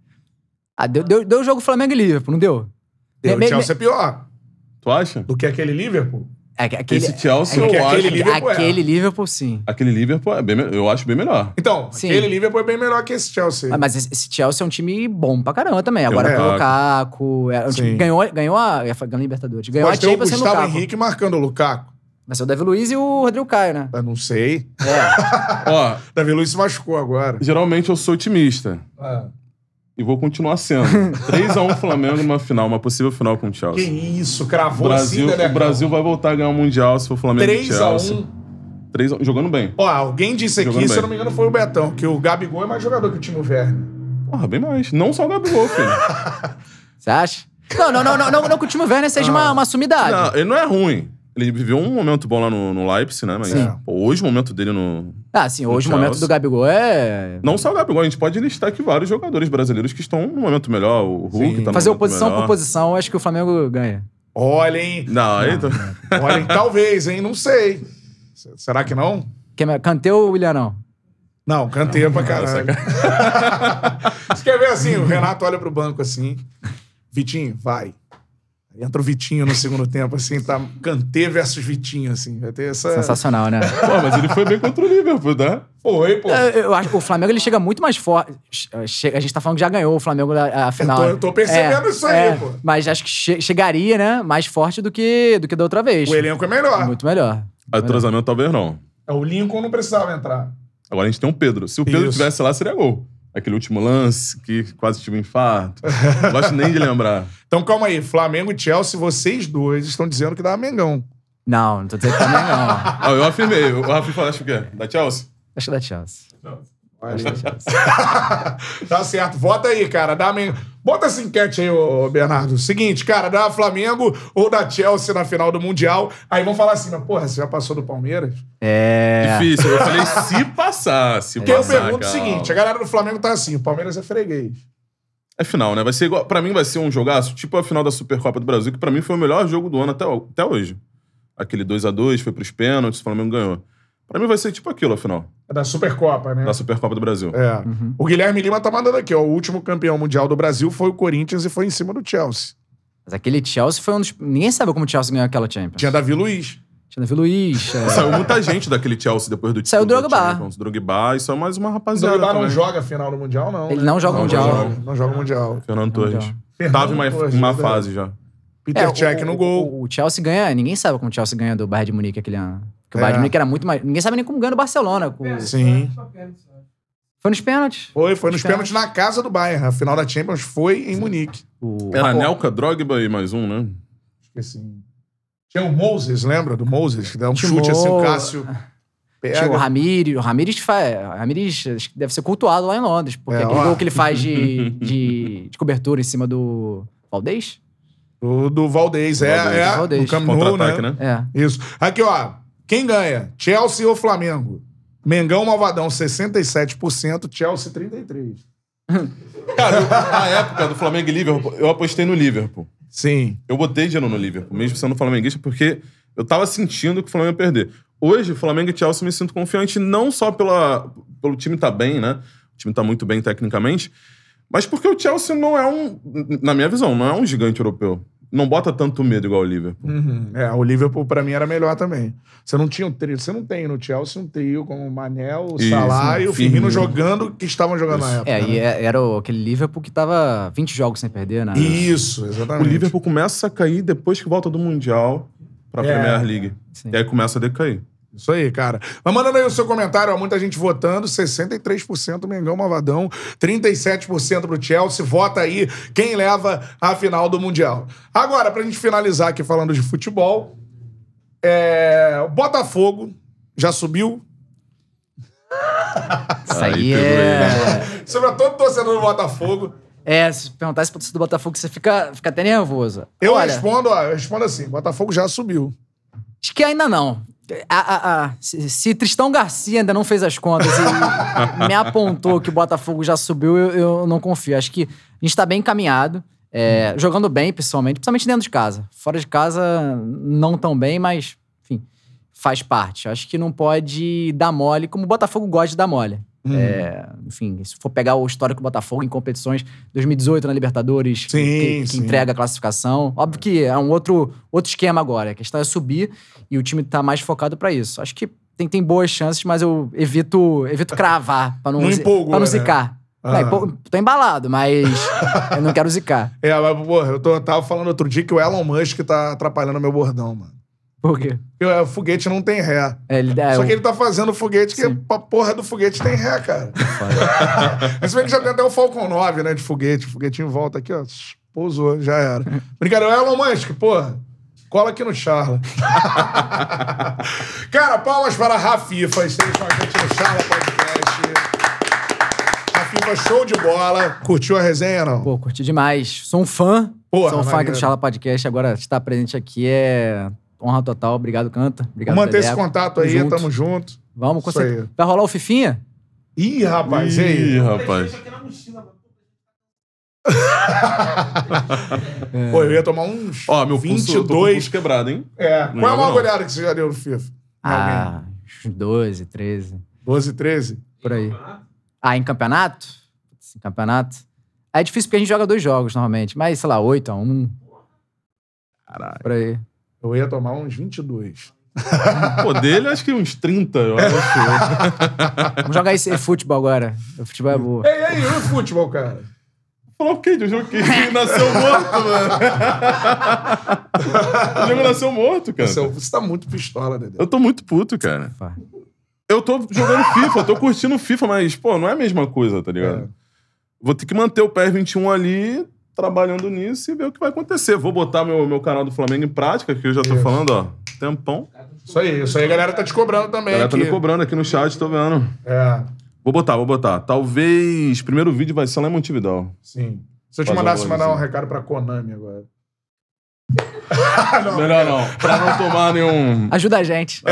Deu jogo Flamengo e Liverpool, não deu? O Chelsea é pior. Tu acha? Do que aquele Liverpool? Esse Chelsea, eu acho... Aquele Liverpool, sim. Aquele Liverpool, eu acho bem melhor. Então, aquele Liverpool é bem melhor que esse Chelsea. Mas esse Chelsea é um time bom pra caramba também. Agora com o Lukaku... Ganhou a Libertadores. Ganhou a Champions sem o Lukaku. Gustavo Henrique marcando o Lukaku. Vai ser o Davi Luiz e o Rodrigo Caio, né? Eu não sei. Ó, Davi Luiz se machucou agora. Geralmente eu sou otimista. E vou continuar sendo. 3-1 Flamengo numa final, uma possível final com o Chelsea. Que isso, cravou assim, né? O Brasil vai voltar a ganhar o Mundial se for Flamengo e Chelsea. 3-1, jogando bem. Ó, alguém disse aqui, se eu não me engano, foi o Betão, que o Gabigol é mais jogador que o Timo Werner. Porra, bem mais. Não só o Gabigol, filho. Você acha? Não que o Timo Werner seja uma sumidade. Não, ele não é ruim. Ele viveu um momento bom lá no Leipzig, né? Mas hoje o momento dele no... Sim, hoje o momento do Gabigol é... Não só o Gabigol, a gente pode listar aqui vários jogadores brasileiros que estão no momento melhor. O Hulk tá no fazer momento oposição melhor. por posição, acho que o Flamengo ganha. Olha, hein? Olha, hein? Talvez, hein? Não sei. Será que não? Kanté ou Willian, não? Não, Kanté pra caralho. Você quer ver assim? O Renato olha pro banco assim. Vitinho, vai. Entra o Vitinho no segundo tempo, assim, tá Kanté versus Vitinho, assim. Vai ter essa... Sensacional, né? Pô, mas ele foi bem contra o Liverpool, tá? Foi, pô. Eu acho que o Flamengo, ele chega muito mais forte. A gente tá falando que já ganhou o Flamengo a final. Eu tô percebendo isso aí, pô. Mas acho que chegaria, né? Mais forte do que da outra vez. O elenco é melhor. Muito melhor. Entrosamento talvez não. O Lincoln não precisava entrar. Agora a gente tem um Pedro. Se o Pedro estivesse lá, seria gol. Aquele último lance que quase tive um infarto. Não gosto nem de lembrar. Então, calma aí. Flamengo e Chelsea, vocês dois estão dizendo que dá Mengão. Não tô dizendo que dá Mengão. Eu afirmei. O Rafa falou, acho que é da Chelsea? Acho que da Chelsea. Tá certo. Vota aí, cara. Dá Mengão. Bota essa enquete aí, ô Bernardo. Seguinte, cara, dá Flamengo ou da Chelsea na final do Mundial. Aí vão falar assim, mas porra, você já passou do Palmeiras? Difícil. Eu falei se passar. Porque eu pergunto o seguinte, a galera do Flamengo tá assim, o Palmeiras é freguês. É final, né? Vai ser igual, pra mim vai ser um jogaço, tipo a final da Supercopa do Brasil, que pra mim foi o melhor jogo do ano até hoje. Aquele 2-2, foi pros pênaltis, o Flamengo ganhou. Pra mim vai ser tipo aquilo, a final. É da Supercopa, né? Da Supercopa do Brasil. O Guilherme Lima tá mandando aqui, ó. O último campeão mundial do Brasil foi o Corinthians e foi em cima do Chelsea. Mas aquele Chelsea foi um dos... Ninguém sabe como o Chelsea ganhou aquela Champions. Tinha Davi Luiz. Tinha Davi Luiz. Saiu muita gente daquele Chelsea depois do Saiu o Drogba. Drogba e só mais uma O rapaziada. Drogba não também. joga a final do Mundial, não. Ele não joga o Mundial. Não joga o Mundial. Fernando Torres. Fernando Tava em Torres, uma verdade. fase já. Peter Cech no gol. O Chelsea ganha... Ninguém sabe como o Chelsea ganha do Bayern de Munique aquele ano. Porque o Bayern de Munique era muito mais... Ninguém sabe nem como ganha do Barcelona. Sim. Foi nos pênaltis. Foi nos pênaltis na casa do Bayern. A final da Champions foi em Munique. Era Anelka, Drogba e mais um, né? Esqueci. Tinha o Moses, lembra do Moses? Que dá um chute assim, o Cássio pega. Tinha o Ramires. O Ramires acho que deve ser cultuado lá em Londres. Porque aquele gol que ele faz de cobertura em cima do Valdez? Do Valdez. Valdez. No Camp Nou, né? Isso. Aqui, ó. Quem ganha? Chelsea ou Flamengo? Mengão Malvadão, 67%. Chelsea, 33%. Cara, na época do Flamengo e Liverpool, eu apostei no Liverpool. Sim. Eu botei dinheiro no Liverpool, mesmo sendo flamenguista, porque eu tava sentindo que o Flamengo ia perder. Hoje, Flamengo e Chelsea, me sinto confiante não só pelo time tá bem, né? O time tá muito bem tecnicamente, mas porque o Chelsea não é na minha visão, não é um gigante europeu. Não bota tanto medo igual o Liverpool. O Liverpool pra mim era melhor também. Você não tinha um trio, você não tem no Chelsea um trio como o Manel, o Salah e o Firmino jogando que estavam jogando na época. E era aquele Liverpool que tava 20 jogos sem perder, né? Isso, exatamente. O Liverpool começa a cair depois que volta do Mundial pra Premier League. Sim. E aí começa a decair. Isso aí, cara. Mas mandando aí o seu comentário, ó, muita gente votando, 63% Mengão Malvadão, 37% pro Chelsea. Vota aí quem leva a final do Mundial. Agora, pra gente finalizar aqui falando de futebol, o Botafogo já subiu? Isso aí é... Sobre todo torcedor do Botafogo. Se perguntar se do Botafogo, você fica até nervoso. Eu respondo assim, Botafogo já subiu. Acho que ainda não. Se Tristão Garcia ainda não fez as contas e me apontou que o Botafogo já subiu, eu não confio. Acho que a gente tá bem encaminhado, jogando bem, principalmente dentro de casa. Fora de casa, não tão bem, mas, enfim, faz parte. Acho que não pode dar mole, como o Botafogo gosta de dar mole. Enfim, se for pegar o histórico do Botafogo em competições, 2018 na Libertadores, que entrega a classificação. Óbvio que é um outro esquema agora. A questão é subir e o time tá mais focado pra isso. Acho que tem boas chances, mas eu evito cravar pra não zicar. Tô embalado, mas eu não quero zicar. Mas, porra, eu tava falando outro dia que o Elon Musk tá atrapalhando o meu bordão, mano. Por quê? Porque o foguete não tem ré. Só que ele tá fazendo o foguete que a porra do foguete tem ré, cara. Mas vê que já tem até o Falcon 9, né, de foguete. O foguetinho volta aqui, ó. Pousou, já era. Brincadeira, o Elon Musk, porra. Cola aqui no Charla. Cara, palmas para a Rafifa. Esteve com a gente no Charla Podcast. Rafifa, show de bola. Curtiu a resenha, não? Pô, curti demais. Sou um fã. Porra, sou um fã aqui do Charla Podcast. Agora, estar presente aqui é... honra total. Obrigado, Canta. Obrigado, vamos manter esse contato aí, tamo junto. Vamos, com certeza. Vai rolar o Fifinha? Ih, rapaz, rapaz. Pô, eu ia tomar uns meu 22 quebrado, hein? Qual é a maior goleada que você já deu no FIFA? Uns 12, 13. 12, 13? Por aí. Em campeonato? Em campeonato? É difícil porque a gente joga 2 jogos normalmente, mas sei lá, 8-1. Caralho. Por aí. Eu ia tomar uns 22. Pô, dele acho que uns 30, eu acho. Vamos jogar esse futebol agora. O futebol é bom. E aí, o futebol, cara? Falou o quê? O jogo que nasceu morto, mano. O jogo nasceu morto, cara. Você tá muito pistola, Dedé. Eu tô muito puto, cara. Eu tô jogando FIFA, eu tô curtindo FIFA, mas, pô, não é a mesma coisa, tá ligado? Vou ter que manter o PES 21 ali, trabalhando nisso e ver o que vai acontecer. Vou botar meu canal do Flamengo em prática, que eu já tô falando, ó, tempão. Isso aí a galera tá te cobrando também. A galera tá me cobrando aqui no chat, tô vendo. Vou botar. Talvez primeiro vídeo vai ser lá em Montevidéu. Sim. Se eu te mandar um recado pra Konami agora. Melhor não. Pra não tomar nenhum... Ajuda a gente.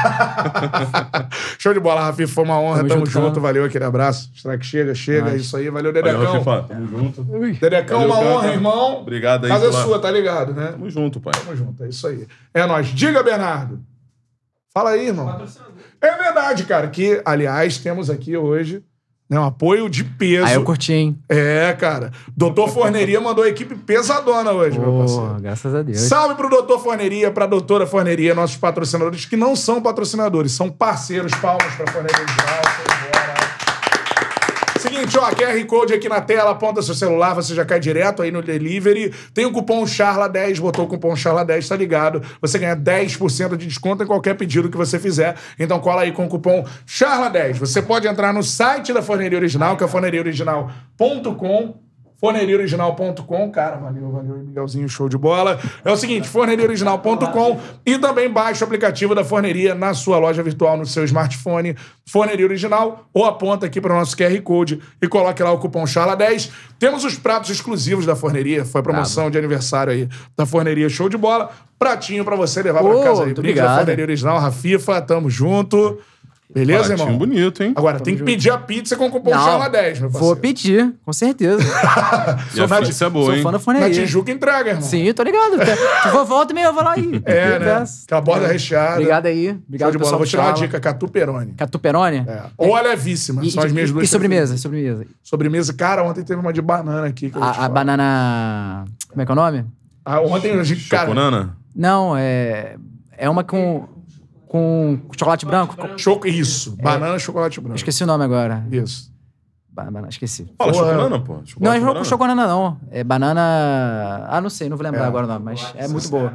Show de bola, Rafi. Foi uma honra. Tamo junto. Valeu, aquele abraço. Strike chega. É isso aí. Valeu, Dedecão. Valeu, tamo junto. Dedecão, uma honra, irmão. Obrigado aí. Casa é sua, tá ligado, né? Tamo junto, pai. Tamo junto. É isso aí. É nóis. Diga, Bernardo. Fala aí, irmão. É verdade, cara. Que, aliás, temos aqui hoje... um apoio de peso. Eu curti, hein? Cara. Doutor Forneria mandou a equipe pesadona hoje, meu parceiro. Graças a Deus. Salve pro Doutor Forneria, pra Doutora Forneria, nossos patrocinadores, que não são patrocinadores, são parceiros. Palmas pra Forneria Geral. Seguinte, ó, QR Code aqui na tela, aponta seu celular, você já cai direto aí no delivery. Tem o cupom CHARLA10, botou o cupom CHARLA10, tá ligado? Você ganha 10% de desconto em qualquer pedido que você fizer. Então cola aí com o cupom CHARLA10. Você pode entrar no site da Forneria Original, que é forneriaoriginal.com. forneriaoriginal.com, cara, valeu, Miguelzinho, show de bola. É o seguinte, forneriaoriginal.com e também baixa o aplicativo da Forneria na sua loja virtual, no seu smartphone, Forneria Original, ou aponta aqui para o nosso QR Code e coloque lá o cupom CHARLA10. Temos os pratos exclusivos da Forneria, foi a promoção de aniversário aí da Forneria, show de bola. Pratinho para você levar para casa aí. Muito Brinde da obrigado. Forneria Original, Rafifa, tamo junto. Beleza, Pratinho irmão? bonito, hein? Agora, tem que pedir a pizza com o cupom CHARLA10, meu parceiro. Vou pedir, com certeza. E a pizza é boa, Sou hein? fã da Na Forneria. Tijuca entrega, irmão. Sim, tô ligado. Volta e meia, eu vou lá aí. É, né? Aquela borda recheada. Obrigado aí. Show Obrigado, de bola. pessoal. Vou do tirar uma Charla. dica, Catu Peroni. Catuperone? É. Ou a levíssima. São as minhas duas. E sobremesa? preferidas. Sobremesa. Sobremesa, cara, ontem teve uma de banana aqui. Que eu vou te A falar. banana... Como é que é o nome? Ontem a gente, cara... Choconana? Não, é uma com chocolate branco. Isso. Banana, chocolate branco. Esqueci o nome agora. Isso. Esqueci. Fala Porra. choconana, pô. Não, é banana? com chocolate não. É banana... Ah, não sei, não vou lembrar agora o nome, mas é muito boa.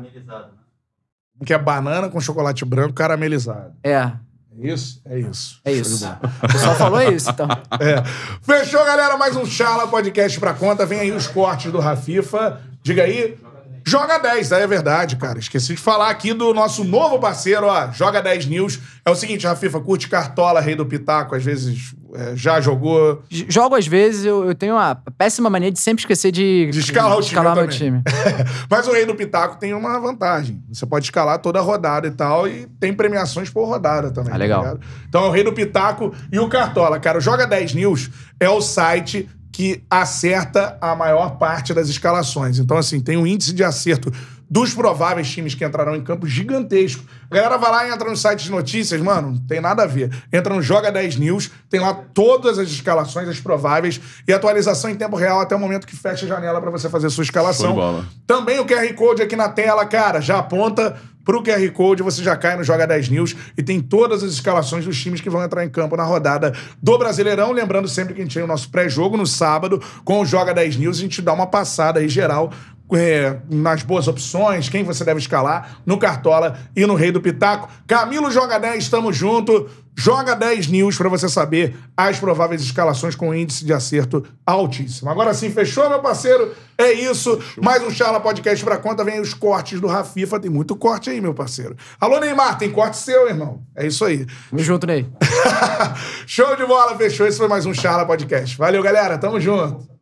Que é banana com chocolate branco caramelizado. É, É isso? É isso. é isso. O pessoal falou isso, então. É. Fechou, galera? Mais um Charla Podcast pra conta. Vem aí os cortes do Rafifa. Diga aí. Joga 10, é verdade, cara. Esqueci de falar aqui do nosso novo parceiro, ó. Joga 10 News. É o seguinte, Rafifa, curte Cartola, Rei do Pitaco, às vezes já jogou. Jogo às vezes, eu tenho uma péssima mania de sempre esquecer de escalar o time. meu também. time. Mas o Rei do Pitaco tem uma vantagem. Você pode escalar toda a rodada e tal, e tem premiações por rodada também. Ah, legal. Tá ligado? Então é o Rei do Pitaco e o Cartola. Cara, o Joga 10 News é o site que acerta a maior parte das escalações. Então, assim, tem um índice de acerto dos prováveis times que entrarão em campo gigantesco. A galera vai lá e entra no site de notícias, mano, não tem nada a ver. Entra no Joga 10 News, tem lá todas as escalações, as prováveis, e atualização em tempo real até o momento que fecha a janela pra você fazer a sua escalação. Show de bola. Também o QR Code aqui na tela, cara, já aponta pro QR Code, você já cai no Joga 10 News e tem todas as escalações dos times que vão entrar em campo na rodada do Brasileirão. Lembrando sempre que a gente tem o nosso pré-jogo no sábado com o Joga 10 News, a gente dá uma passada aí geral nas boas opções, quem você deve escalar no Cartola e no Rei do Pitaco. Camilo Joga 10, tamo junto. Joga 10 News pra você saber as prováveis escalações com índice de acerto altíssimo. Agora sim, fechou, meu parceiro? É isso. Mais um Charla Podcast pra conta. Vem os cortes do Rafifa. Tem muito corte aí, meu parceiro. Alô, Neymar, tem corte seu, irmão. É isso aí. Tamo junto, Ney. Show de bola, fechou. Esse foi mais um Charla Podcast. Valeu, galera. Tamo junto.